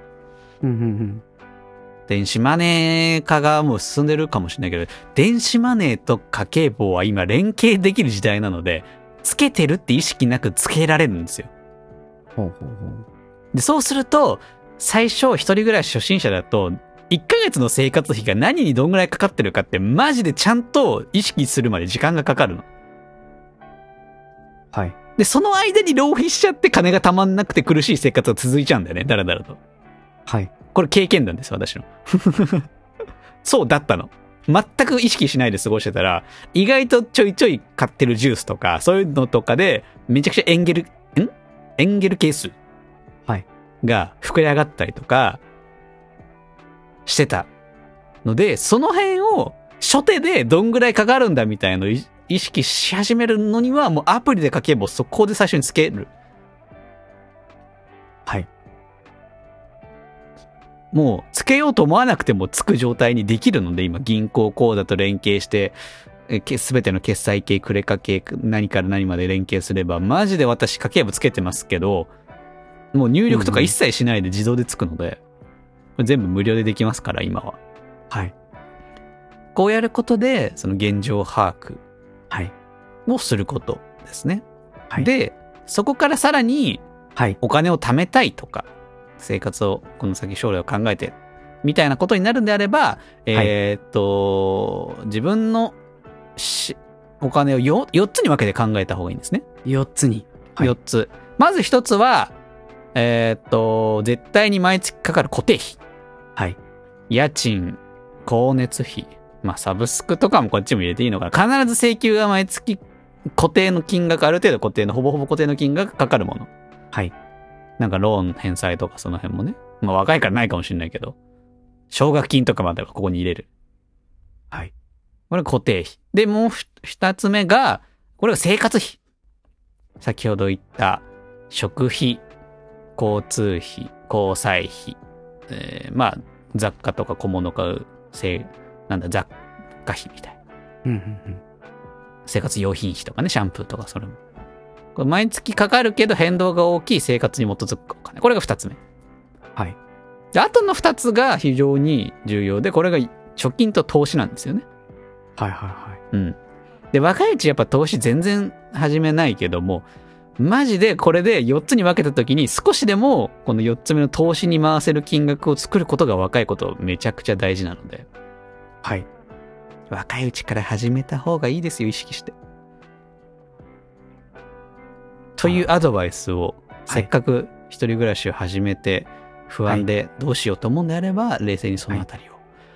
電子マネー化がもう進んでるかもしれないけど、電子マネーと家計簿は今連携できる時代なので、つけてるって意識なくつけられるんですよ。で、そうすると、最初一人暮らし初心者だと、1ヶ月の生活費が何にどんぐらいかかってるかってマジでちゃんと意識するまで時間がかかるの。 はい。 で、その間に浪費しちゃって金がたまんなくて苦しい生活が続いちゃうんだよね、だらだらと。 はい。 これ経験談です、私の。そうだったの。全く意識しないで過ごしてたら、意外とちょいちょい買ってるジュースとか、そういうのとかで、めちゃくちゃエンゲル係数が膨れ上がったりとか、してたので、その辺を初手でどんぐらいかかるんだみたいなのを意識し始めるのには、もうアプリで書けばそこで最初につける。 はい。 もうつけようと思わなくてもつく状態にできるので、今銀行口座と連携して、すべての決済系、クレカ系、何から何まで連携すれば、マジで私家計簿つけてますけど、もう入力とか一切しないで自動でつくので、これ全部無料でできますから、今は。 はい。 こうやることで、その現状把握。 はい。 をすることですね。 はい。 で、そこからさらに、 はい。 お金を貯めたいとか、生活を、この先将来を考えて、みたいなことになるんであれば、自分のお金を4つに分けて考えた方がいいんですね。 4つに。 はい、4つ。まず1つは、 絶対に毎月かかる固定費。 はい。 家賃、光熱費。まあ、サブスクとかもこっちも入れていいのかな。必ず請求が毎月固定の金額、ある程度固定の、ほぼほぼ固定の金額かかるもの。 はい。 なんかローン返済とかその辺もね。まあ、若いからないかもしれないけど。奨学金とかまではここに入れる。 はい。 これ固定費。で、もう二つ目が、これが生活費。先ほど言った、食費、交通費、交際費。まあ、雑貨とか小物買う、雑貨費みたいな。生活用品費とかね、シャンプーとかそれも。これ毎月かかるけど変動が大きい生活に基づくお金。これが二つ目。 はい。 で、あとの二つが非常に重要で、これが貯金と投資なんですよね。 はいはいはい。 うん。で、若いうちやっぱ投資全然始めないけども、マジでこれで4つに分けた時に少しでもこの4つ目の投資に回せる金額を作ることが若いことめちゃくちゃ大事なので。 はい。 若いうちから始めた方がいいですよ、意識して。というアドバイスを、せっかく一人暮らしを始めて不安でどうしようと思うんであれば、冷静にそのあたりを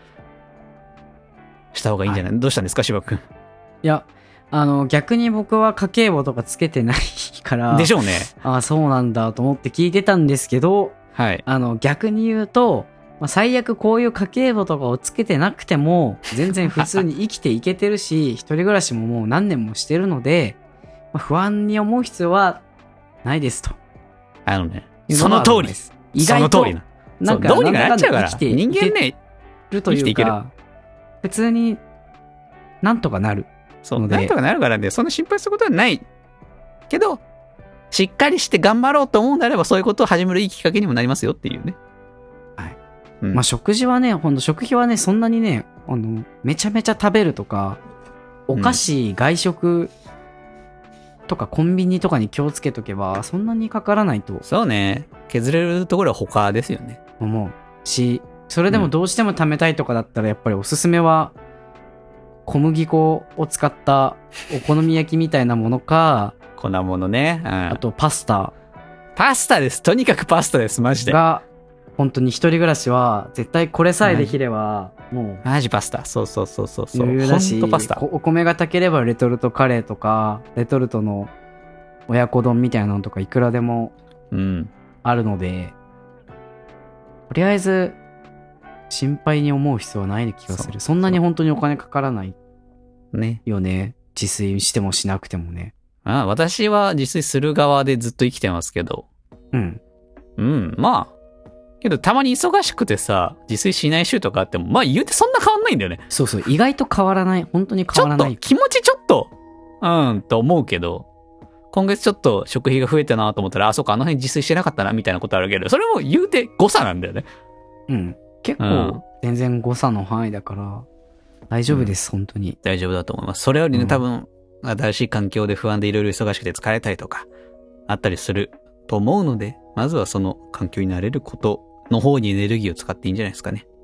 した方がいいんじゃない、どうしたんですか、柴君。 いや、逆に僕は家計簿とかつけてないから。 でしょうね。 あ、そうなんだと思って聞いてたんですけど、 はい。 逆に言うと、最悪こういう家計簿とかをつけてなくても、全然普通に生きていけてるし、一人暮らしももう何年もしてるので、不安に思う必要はないですと。 その通り。 意外と、 なんか、どうにかなっちゃうから。 人間ね、るというか、普通になんとかなる。 そう、なんとかなるからね、そんな心配することはない。けど、しっかりして頑張ろうと思うんであれば、そういうことを始めるいいきっかけにもなりますよっていうね。 はい。うん、まあ、食費はね、そんなにね、めちゃめちゃ食べるとか、お菓子、外食とかコンビニとかに気をつけとけば、そんなにかからないと。 そうね。削れるところは他ですよね。 思うし、それでもどうしても貯めたいとかだったら、やっぱりおすすめは、小麦粉を使ったお好み焼きみたいなものか、 粉物ね、うん、 あとパスタです。とにかくパスタです、マジで。 が本当に一人暮らしは絶対これさえできればもうマジパスタ、そう余裕だし、 ほんとパスタ。 お米が炊ければレトルトカレーとかレトルトの親子丼みたいなのとかいくらでもあるので、とりあえず心配に思う必要はない気がする。そんなに本当にお金かからないねよね。自炊してもしなくてもね。 私は自炊する側でずっと生きてますけど。まあけどたまに忙しくてさ、自炊しない週とかあっても、まあ言うてそんな変わんないんだよね。 そう、意外と変わらない。本当に変わらない。 気持ちちょっとと思うけど、今月ちょっと食費が増えたなと思ったら、そうか、あの辺自炊してなかったなみたいなことあるけど、それも言うて誤差なんだよね。 結構全然誤差の範囲だから大丈夫です、本当に大丈夫だと思います。それよりね、多分新しい環境で不安でいろいろ忙しくて疲れたりとかあったりすると思うので、まずはその環境に慣れることの方にエネルギーを使っていいんじゃないですかね。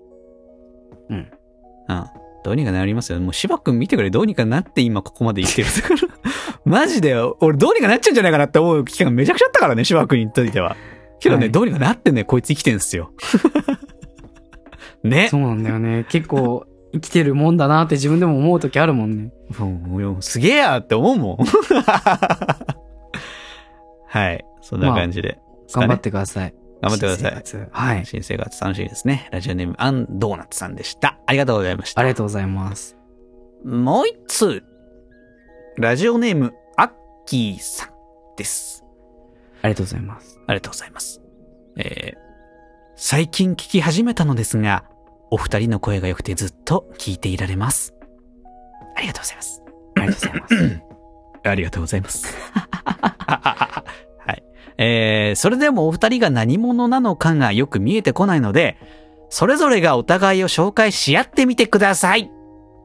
どうにかなりますよ。もう芝君見てくれ、どうにかなって今ここまで生きてるマジで俺どうにかなっちゃうんじゃないかなって思う期間がめちゃくちゃあったからね、芝君にといては。けどね、どうにかなってね、こいつ生きてんすよね。 そうなんだよね。結構生きてるもんだなって自分でも思う時あるもんね。 すげえやって思うもんはい、そんな感じで、 頑張ってください。 頑張ってください。 はい。 新生活楽しいですね。ラジオネームアンドーナツさんでした。ありがとうございました。 ありがとうございます。 もう一通、ラジオネームアッキーさんです。 ありがとうございます。 ありがとうございます。最近聞き始めたのですが、お二人の声が良くてずっと聞いていられます。ありがとうございます。 ありがとうございます。 ありがとうございます。はい。それでもお二人が何者なのかがよく見えてこないので、それぞれがお互いを紹介し合ってみてください。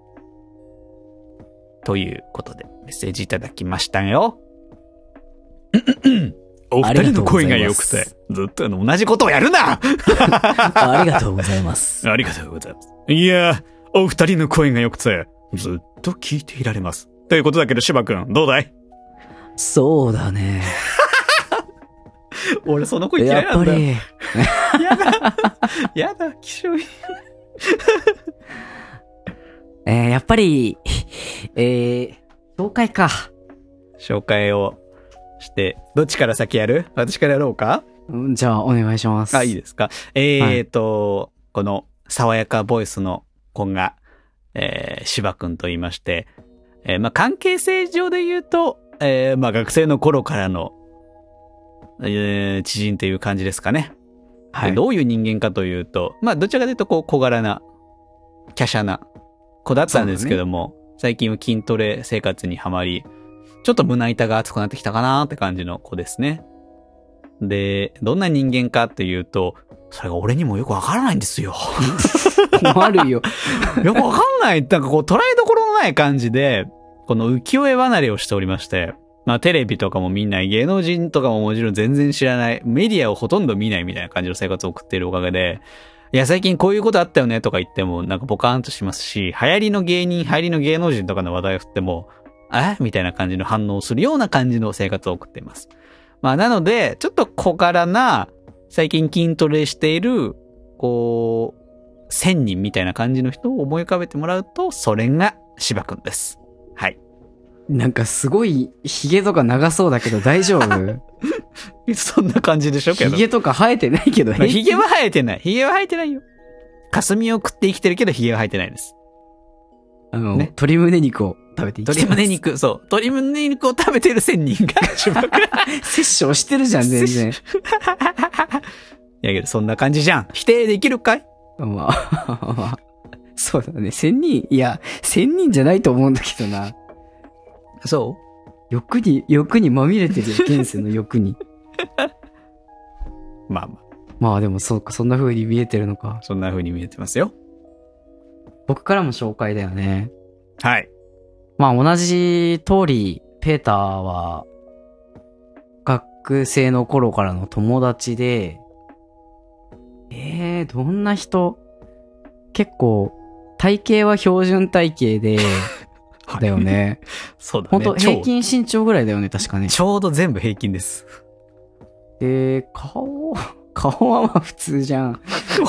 ということでメッセージいただきましたよ。お二人の声が良くて、ずっと同じことをやるなありがとうございます。 ありがとうございます。いや、お二人の声が良くて、ずっと聞いていられます。ということだけど、芝くん、どうだい？ そうだね。 俺その子嫌いなんだ。 やっやだ、きしょい。 やっぱり、紹介か。 紹介をして、どっちから先やる？私からやろうか？ じゃあ、お願いします。 あ、いいですか。この、爽やかボイスの子が、芝くんと言いまして、まあ、関係性上で言うと、まあ、学生の頃からの、知人という感じですかね。はい。どういう人間かというと、まあ、どちらかというと、こう、小柄な、華奢な子だったんですけども、最近は筋トレ生活にはまり、ちょっと胸板が熱くなってきたかなって感じの子ですね。で、どんな人間かっていうと、それが俺にもよくわからないんですよ。 困るよ。 よくわかんない。なんかこう捉えどころのない感じで、この浮世絵離れをしておりまして、まあテレビとかも見ない、芸能人とかももちろん全然知らない、メディアをほとんど見ないみたいな感じの生活を送っているおかげで、いや最近こういうことあったよねとか言ってもなんかポカーンとしますし、流行りの芸人、流行りの芸能人とかの話題を振っても、みたいな感じの反応をするような感じの生活を送っています。まあなので、ちょっと小柄な、最近筋トレしている、こう、1000人みたいな感じの人を思い浮かべてもらうと、それが芝くんです。はい。 なんかすごい、髭とか長そうだけど大丈夫？ そんな感じでしょけど。 髭とか生えてないけど、 髭は生えてない。髭は生えてないよ。霞を食って生きてるけど髭は生えてないです。 ね、鶏胸肉を食べて生きてます。 鶏胸肉、そう。鶏胸肉を食べてる1000人が芝くん。 摂取をしてるじゃん、全然。いやけど、そんな感じじゃん。否定できるかい？ まあ、そうだね。1000人、いや、1000人じゃないと思うんだけどな。 そう？ 欲にまみれてるよ、現世の欲に。 まあまあ。 まあでもそうか、そんな風に見えてるのか。 そんな風に見えてますよ。 僕からも紹介だよね。 はい。 まあ同じ通り、ペーターは、学生の頃からの友達で、どんな人？結構、体型は標準体型で、だよね。 そうだね。 ほんと平均身長ぐらいだよね、確かね。 ちょうど全部平均です。 顔はまあ普通じゃん。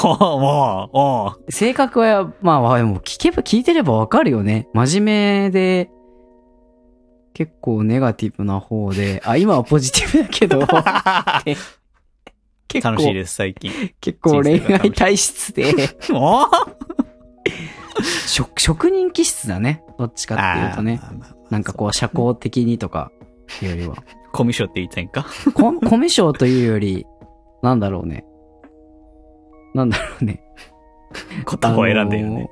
性格は、まあでも聞いてればわかるよね。真面目で、結構ネガティブな方で、今はポジティブだけど、 結構楽しいです、最近。 結構恋愛体質で、職人気質だね。どっちかっていうとね。なんかこう、社交的にとか、よりは。 コミュ障って言いたいんか？ コミュ障というより、なんだろうね。言葉を選んでいるね。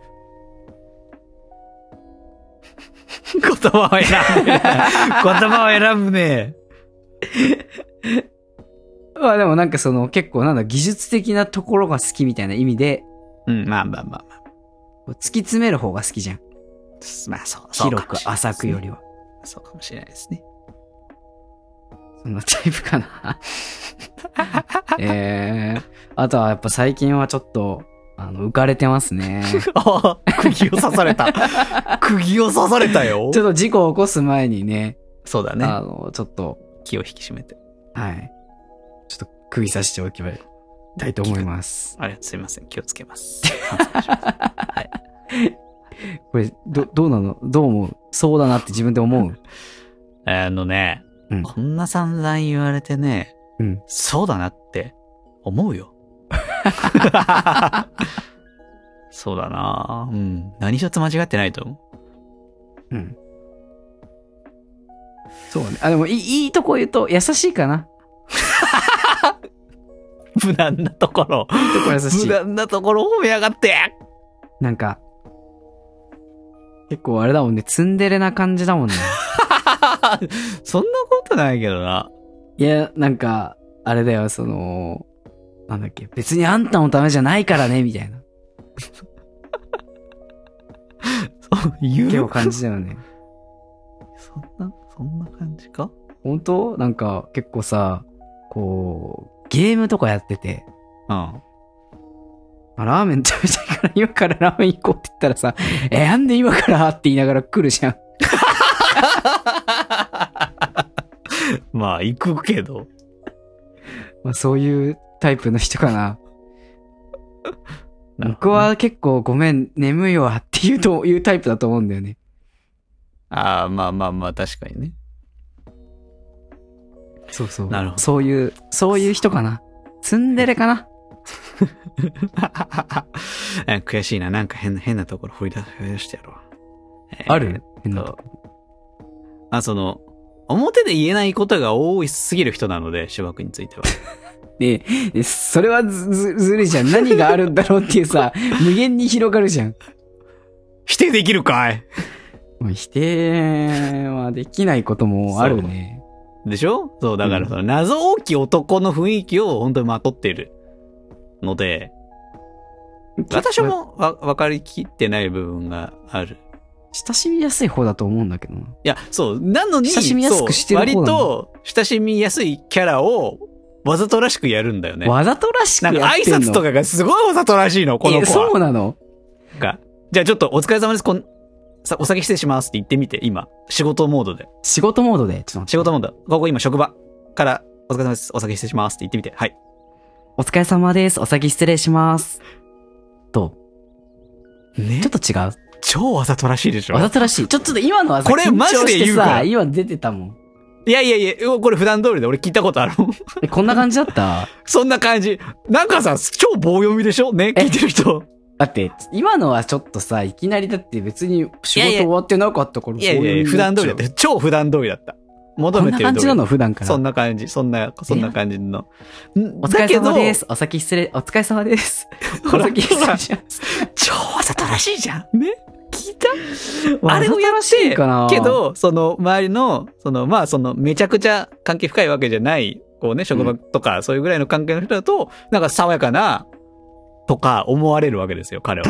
言葉を選ぶね。 まあでもなんか結構技術的なところが好きみたいな意味で。 うん、まあ。 突き詰める方が好きじゃん。 まあそう。 広く浅くよりは。 そうかもしれないですね。 そんなタイプかな。あとはやっぱ最近はちょっと、浮かれてますね。 釘を刺された。釘を刺されたよ。 ちょっと事故を起こす前にね。 そうだね。 ちょっと。 気を引き締めて。 はい。ちょっと釘刺しておきたいと思います。 すいません。気をつけます。はい。 これ、どうなの？どう思う？そうだなって自分で思う？ こんな散々言われてね、そうだなって思うよ。そうだな。何一つ間違ってないと思う。 そうね。でもいいとこ言うと優しいかな。 無難なところ。 いいとこ優しい。 無難なところ褒めやがって。 なんか、結構あれだもんね、ツンデレな感じだもんね。 そんなことないけどな。 いや、なんか、あれだよ、なんだっけ、別にあんたのためじゃないからね、みたいな。 そういう感じだよね。 そんな感じか？ 本当？なんか、結構さ、こう、ゲームとかやってて、ラーメン食べたいから今からラーメン行こうって言ったらさ、なんで今からって言いながら来るじゃん。 まあ、行くけど。 まあ、そういうタイプの人かな。僕は結構ごめん、眠いわっていうタイプだと思うんだよね。 ああ、まあまあまあ、確かにね。 そうそう。 なるほど。 そういう人かな。ツンデレかな。 悔しいな。なんか変なところ掘り出してやろう。 ある変なとこ。 表で言えないことが多すぎる人なので、芝君については。 で、それはずるいじゃん。何があるんだろうっていうさ、無限に広がるじゃん。 否定できるかい？ 否定はできないこともあるね。 でしょ？そう、だから謎多き男の雰囲気を本当にまとっているので、私も分かりきってない部分がある。 親しみやすい方だと思うんだけどな。いや、そう。なのに、 親しみやすくしてる方割と親しみやすいキャラをわざとらしくやるんだよね。 わざとらしくやってんの？ なんか挨拶とかがすごいわざとらしいの、この子は。 そうなの？ じゃあちょっとお疲れ様です。お先失礼しますって言ってみて、今。仕事モードで。 仕事モードで。ちょっと待って。 仕事モード。ここ今職場からお疲れ様です。お先失礼しますって言ってみて。はい。 お疲れ様です。お先失礼します。どう？ね。ちょっと違う。 超わざとらしいでしょ？ わざとらしい。ちょっと今のはさ、 これマジで言うか？ 今出てたもん。 いや、これ普段通りで俺聞いたことあるもん。 こんな感じだった？ そんな感じ。なんかさ、超棒読みでしょ？ね、聞いてる人。 だって、今のはちょっとさ、いきなりだって別に仕事終わってなかったから。 いや、普段通りだった。超普段通りだった。求めてる通り。 こんな感じなの普段から。 そんな感じ。そんな感じの。 お疲れ様です。お疲れ様です。お先失礼します。 超わざとらしいじゃん。ね？聞いた？あれをやって、けど、周りの、めちゃくちゃ関係深いわけじゃない、こうね、職場とか、そういうぐらいの関係の人だと、なんか爽やかな、とか思われるわけですよ、彼は。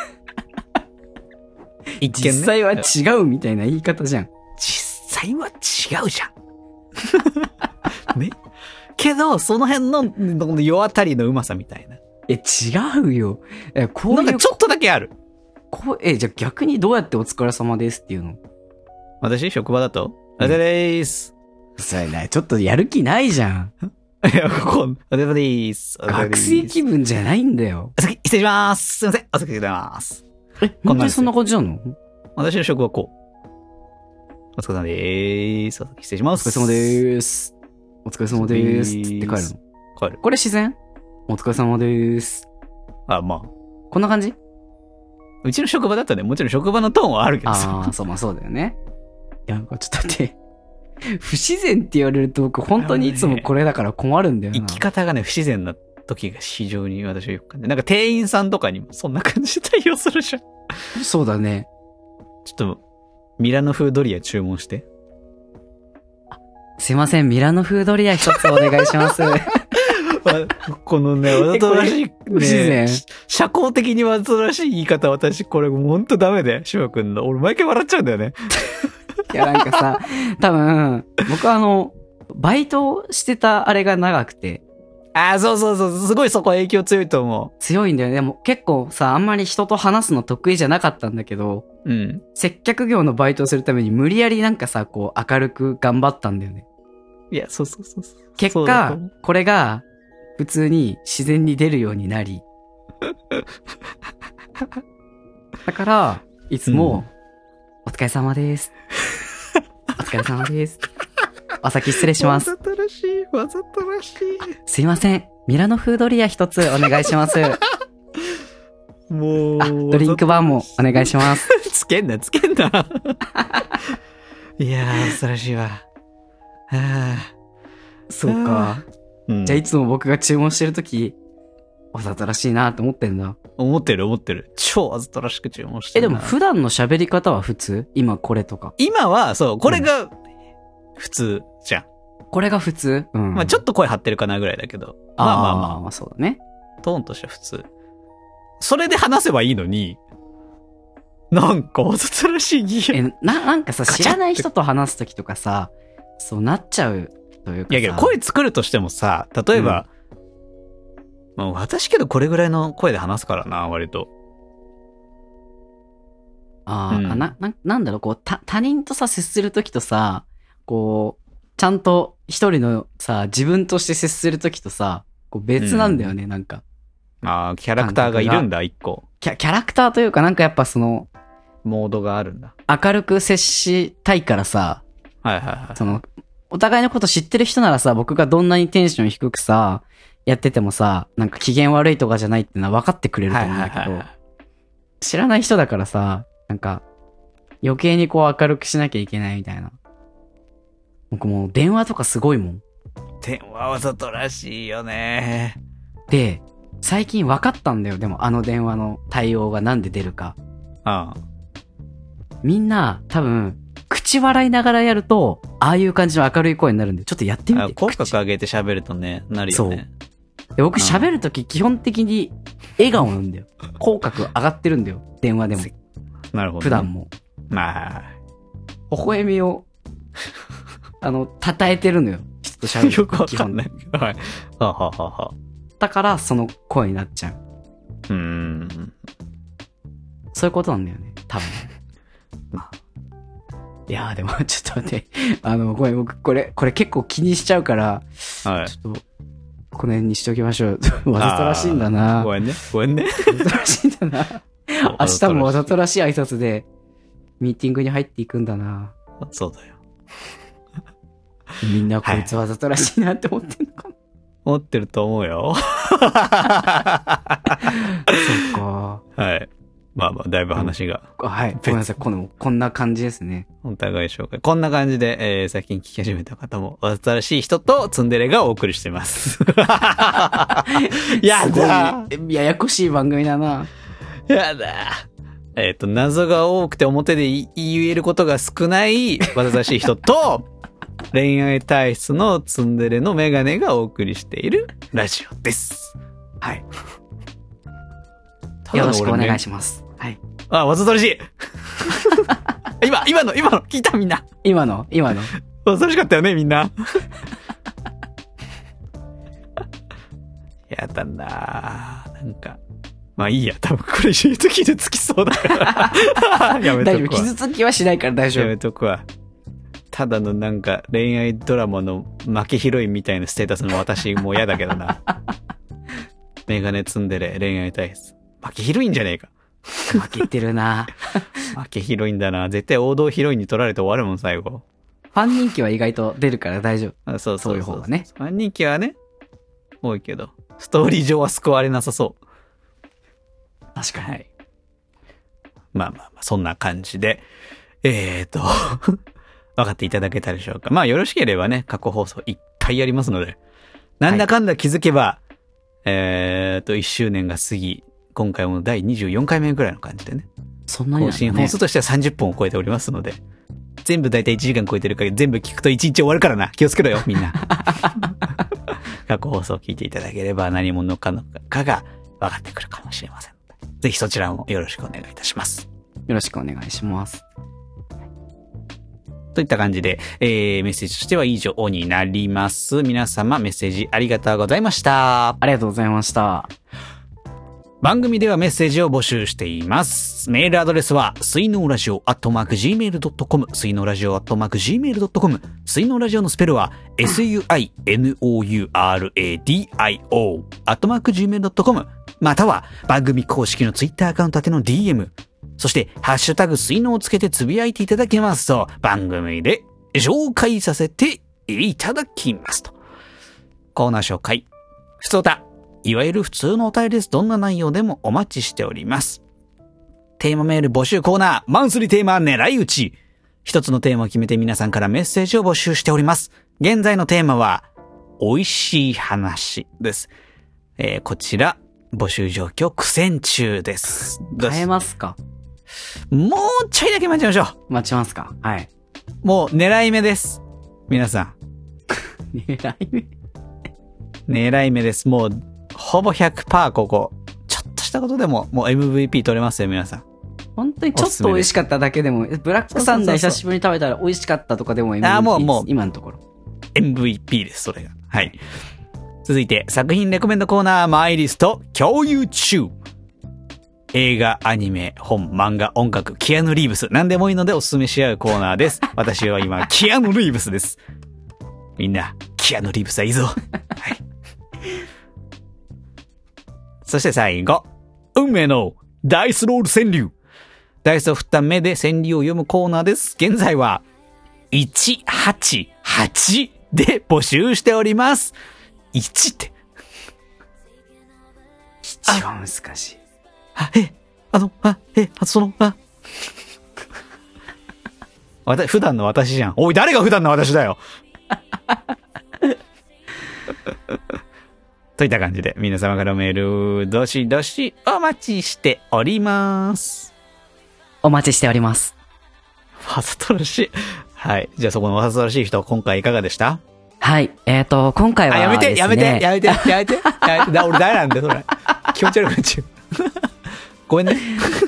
一見ね。実際は違うみたいな言い方じゃん。 実際は違うじゃん。ね。けど、その辺の世当たりのうまさみたいな。 違うよ。こういう。 なんかちょっとだけある。 じゃあ逆にどうやってお疲れ様ですっていうの？ 私、職場だと、お疲れでーす。 それな、ちょっとやる気ないじゃん。 いや、お疲れでーす。 学生気分じゃないんだよ。 失礼します。すいません。お疲れでます。 本当にそんな感じなの？ 私の職はこう。お疲れ様でーす。失礼します。 お疲れ様でーす。お疲れ様でーす。って帰るの？ 帰る。 これ自然？お疲れ様でーす。 あ、まあ。 こんな感じ？ うちの職場だったらね、もちろん職場のトーンはあるけどさ。 ああ、そうだよね。いや、ちょっと待って。不自然って言われると僕本当にいつもこれだから困るんだよな。 生き方がね、不自然な時が非常に私はよく感じる。なんか店員さんとかにもそんな感じで対応するじゃん。 そうだね。 ちょっと、ミラノ風ドリア注文して。 すいません、ミラノ風ドリア一つお願いします。 このね、わざとらしい、ね、 不自然。 社交的にわざとらしい言い方、私、これほんとダメで、シュワ君の。俺毎回笑っちゃうんだよね。 いや、なんかさ、多分、僕はバイトしてたあれが長くて。 そう、すごいそこ影響強いと思う。 強いんだよね。でも結構さ、あんまり人と話すの得意じゃなかったんだけど、 うん。 接客業のバイトをするために無理やりなんかさ、こう明るく頑張ったんだよね。 いや、そう。 結果、これが、普通に自然に出るようになり。だから、いつも、お疲れ様です。お疲れ様です。お先失礼します。 わざとらしい。 すいません。ミラノ風ドリア一つお願いします。 もう。 ドリンクバーもお願いします。 つけんな。いやー、恐ろしいわ。 そうか。じゃあいつも僕が注文してるとき、わざとらしいなって思ってんだ。 思ってる。超わざとらしく注文してる。 でも普段の喋り方は普通？今これとか。 今は、そう、これが普通じゃん。 これが普通？うん。 まあちょっと声張ってるかなぐらいだけど。まあ、 そうだね。 トーンとしては普通。それで話せばいいのに、なんかわざとらしい議論。 なんかさ、知らない人と話すときとかさ、そうなっちゃうというかさ。 いやけど声作るとしてもさ、例えば、まあ私けどこれぐらいの声で話すからな、割と。 なんだろう、こう、他人とさ、接するときとさ、こう、 ちゃんと一人のさ、自分として接するときとさ、こう別なんだよね、なんか。 ああ、キャラクターがいるんだ、一個。 キャラクターというか、なんかやっぱその、 モードがあるんだ。 明るく接したいからさ、 はいはいはい。 その、お互いのこと知ってる人ならさ、僕がどんなにテンション低くさ、やっててもさ、なんか機嫌悪いとかじゃないってのは分かってくれると思うんだけど、知らない人だからさ、なんか、余計にこう明るくしなきゃいけないみたいな。僕もう電話とかすごいもん。 電話わざとらしいよね。 で、最近分かったんだよ。でもあの電話の対応がなんで出るか。 ああ。 みんな多分、口笑いながらやると、ああいう感じの明るい声になるんで、ちょっとやってみて。 口角上げて喋るとね、なるよね。 そう。で、僕喋るとき基本的に笑顔なんだよ。口角上がってるんだよ。電話でも。 なるほど、ね。 普段も。 まあ。 微笑みを、称えてるのよ。人と喋る。 よくわかんない。はい。はははは。 だから、その声になっちゃう。そういうことなんだよね。多分。いやーでもちょっと待って。ごめん、僕これ結構気にしちゃうから、はい。ちょっと、この辺にしときましょう。わざとらしいんだな。 ごめんね。ごめんね。 わざとらしいんだな。明日もわざとらしい挨拶で、ミーティングに入っていくんだな。 そうだよ。 みんなこいつわざとらしいなって思ってんのかも。 思ってると思うよ。 そっか。 はい。まあまあ、だいぶ話が。 はい。ごめんなさい。こんな感じですね。 お互い紹介。こんな感じで、最近聞き始めた方も、わざとらしい人とツンデレがお送りしてます。やだ。 ややこしい番組だな。 やだ。謎が多くて表で言えることが少ないわざとらしい人と、恋愛体質のツンデレのメガネがお送りしているラジオです。 はい。よろしくお願いします。はい。 あ、わざとらしい今の聞いたみんな。 今の。 わざとらしかったよね、みんな。やだなぁ。なんか。まあいいや、多分これ言うと傷つきそうだから。やめとくわ。 大丈夫、傷つきはしないから大丈夫。 やめとくわ。ただのなんか恋愛ドラマの負けヒロインみたいなステータスの私も嫌だけどな。メガネツンデレ、恋愛体質。負けヒロインじゃねえか。 負けてるな負けヒロインだな。絶対王道ヒロインに取られて終わるもん、最後。 ファン人気は意外と出るから大丈夫。 そういう方がね。 ファン人気はね、多いけど、ストーリー上は救われなさそう。 確かに。はい。 まあ、そんな感じで。分かっていただけたでしょうか。まあよろしければね、過去放送いっぱいありますので、なんだかんだ気づけば、1周年が過ぎ、今回も第24回目ぐらいの感じでね。 そんなに、ね、 更新本数としては30本を超えておりますので、全部だいたい1時間超えてるから全部聞くと1日終わるからな。気をつけろよ、みんな。過去放送を聞いていただければ何者かが分かってくるかもしれませんので、ぜひそちらもよろしくお願いいたします。 よろしくお願いします。 といった感じで、メッセージとしては以上になります。皆様メッセージありがとうございました。 ありがとうございました。 番組ではメッセージを募集しています。メールアドレスは、水のラジオ@gmail.com、水のラジオ@gmail.com、水のラジオのスペルは、suinouradio@gmail.com、または、番組公式のツイッターアカウント宛ての DM、そして、ハッシュタグ水のをつけてつぶやいていただけますと、番組で紹介させていただきますと。コーナー紹介。ふつおた。いわゆる普通のお便りです。どんな内容でもお待ちしております。テーマメール募集コーナー、マンスリーテーマ狙い撃ち。一つのテーマを決めて皆さんからメッセージを募集しております。現在のテーマは、美味しい話です。こちら、募集状況苦戦中です。 変えますか？ もうちょいだけ待ちましょう。 待ちますか？はい。 もう狙い目です。皆さん。狙い目です。もう、ほぼ 100% ここ。ちょっとしたことでも、もう MVP 取れますよ、皆さん。 本当にちょっと美味しかっただけでも、ブラックサンダー久しぶりに食べたら美味しかったとかでも MVP です。 もう、 今のところ。 MVP です、それが。はい。続いて、作品レコメンドコーナー、マイリスト、共有中。映画、アニメ、本、漫画、音楽、キアヌ・リーブス。何でもいいのでおすすめし合うコーナーです。私は今、キアヌ・リーブスです。 みんな、キアヌ・リーブスはいいぞ。はい。そして最後、運命のダイスロール川柳。ダイスを振った目で川柳を読むコーナーです。現在は、188で募集しております。1って。 一番難しい。 普段の私じゃん。おい、誰が普段の私だよ。といった感じで、皆様からメール、どしどしお待ちしております。 お待ちしております。 わざとらしい。はい。じゃあそこのわざとらしい人、今回いかがでした？ はい。今回はですね。 やめて。俺誰なんだよ、それ。気持ち悪くなっちゃう。ごめんね。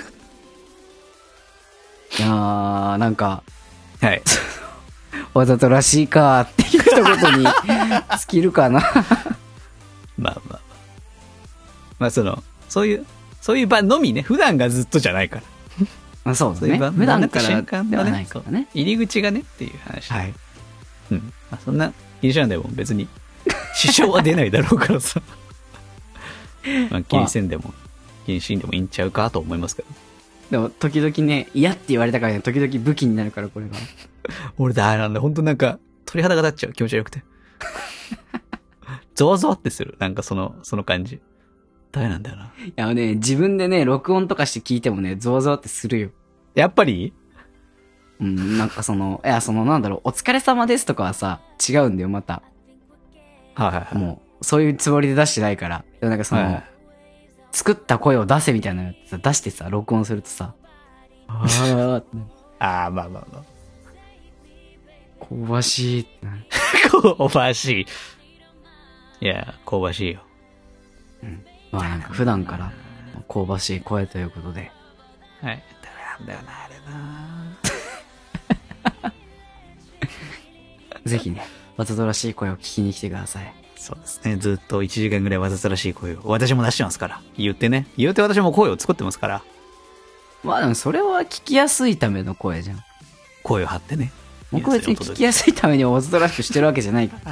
いやー、なんか、 はい。 わざとらしいかっていう一言に尽きるかな。 まあそういう場のみね、普段がずっとじゃないから。 まあそうですね。普段からではないからね。 入り口がねっていう話。はい。うん。まあそんな、気にしないでも別に、支障は出ないだろうからさ。まあ気にせんでも、気にしんでもいいんちゃうかと思いますけど。 でも時々ね、嫌って言われたからね、時々武器になるからこれが。 俺なんだ、ほんとなんか、鳥肌が立っちゃう。気持ち悪くて。ゾワゾワってする。なんかその感じ。誰なんだよな。 いやね、自分でね、録音とかして聞いてもね、ゾワゾワってするよ。 やっぱり？ うん、なんかなんだろう、お疲れ様ですとかはさ、違うんだよ、また。 はい。 もう、そういうつもりで出してないから。でもなんか作った声を出せみたいなのさ、出してさ、録音するとさ、 まあ。 香ばしいってなる。 香ばしい。いや、香ばしいよ。 うん。まあなんか普段から香ばしい声ということで。 はい。ダメなんだよな、あれな。 ぜひね、わざとらしい声を聞きに来てください。 そうですね。ずっと1時間ぐらいわざとらしい声を私も出してますから。言って私も声を作ってますから。 まあでもそれは聞きやすいための声じゃん。 声を張ってね。 僕は別に聞きやすいためにわざとらしくしてるわけじゃないから。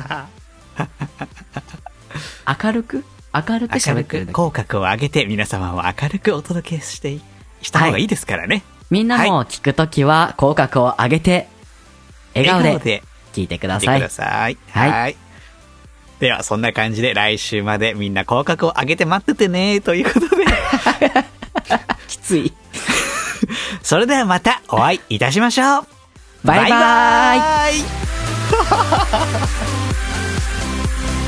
明るく喋ってるだけ。 口角を上げて皆様を明るくお届けした方がいいですからね。 みんなも聞くときは口角を上げて、笑顔で聞いてください。 はい。では、そんな感じで来週までみんな口角を上げて待っててね、ということで。 きつい。 それではまたお会いいたしましょう。 バイバイ。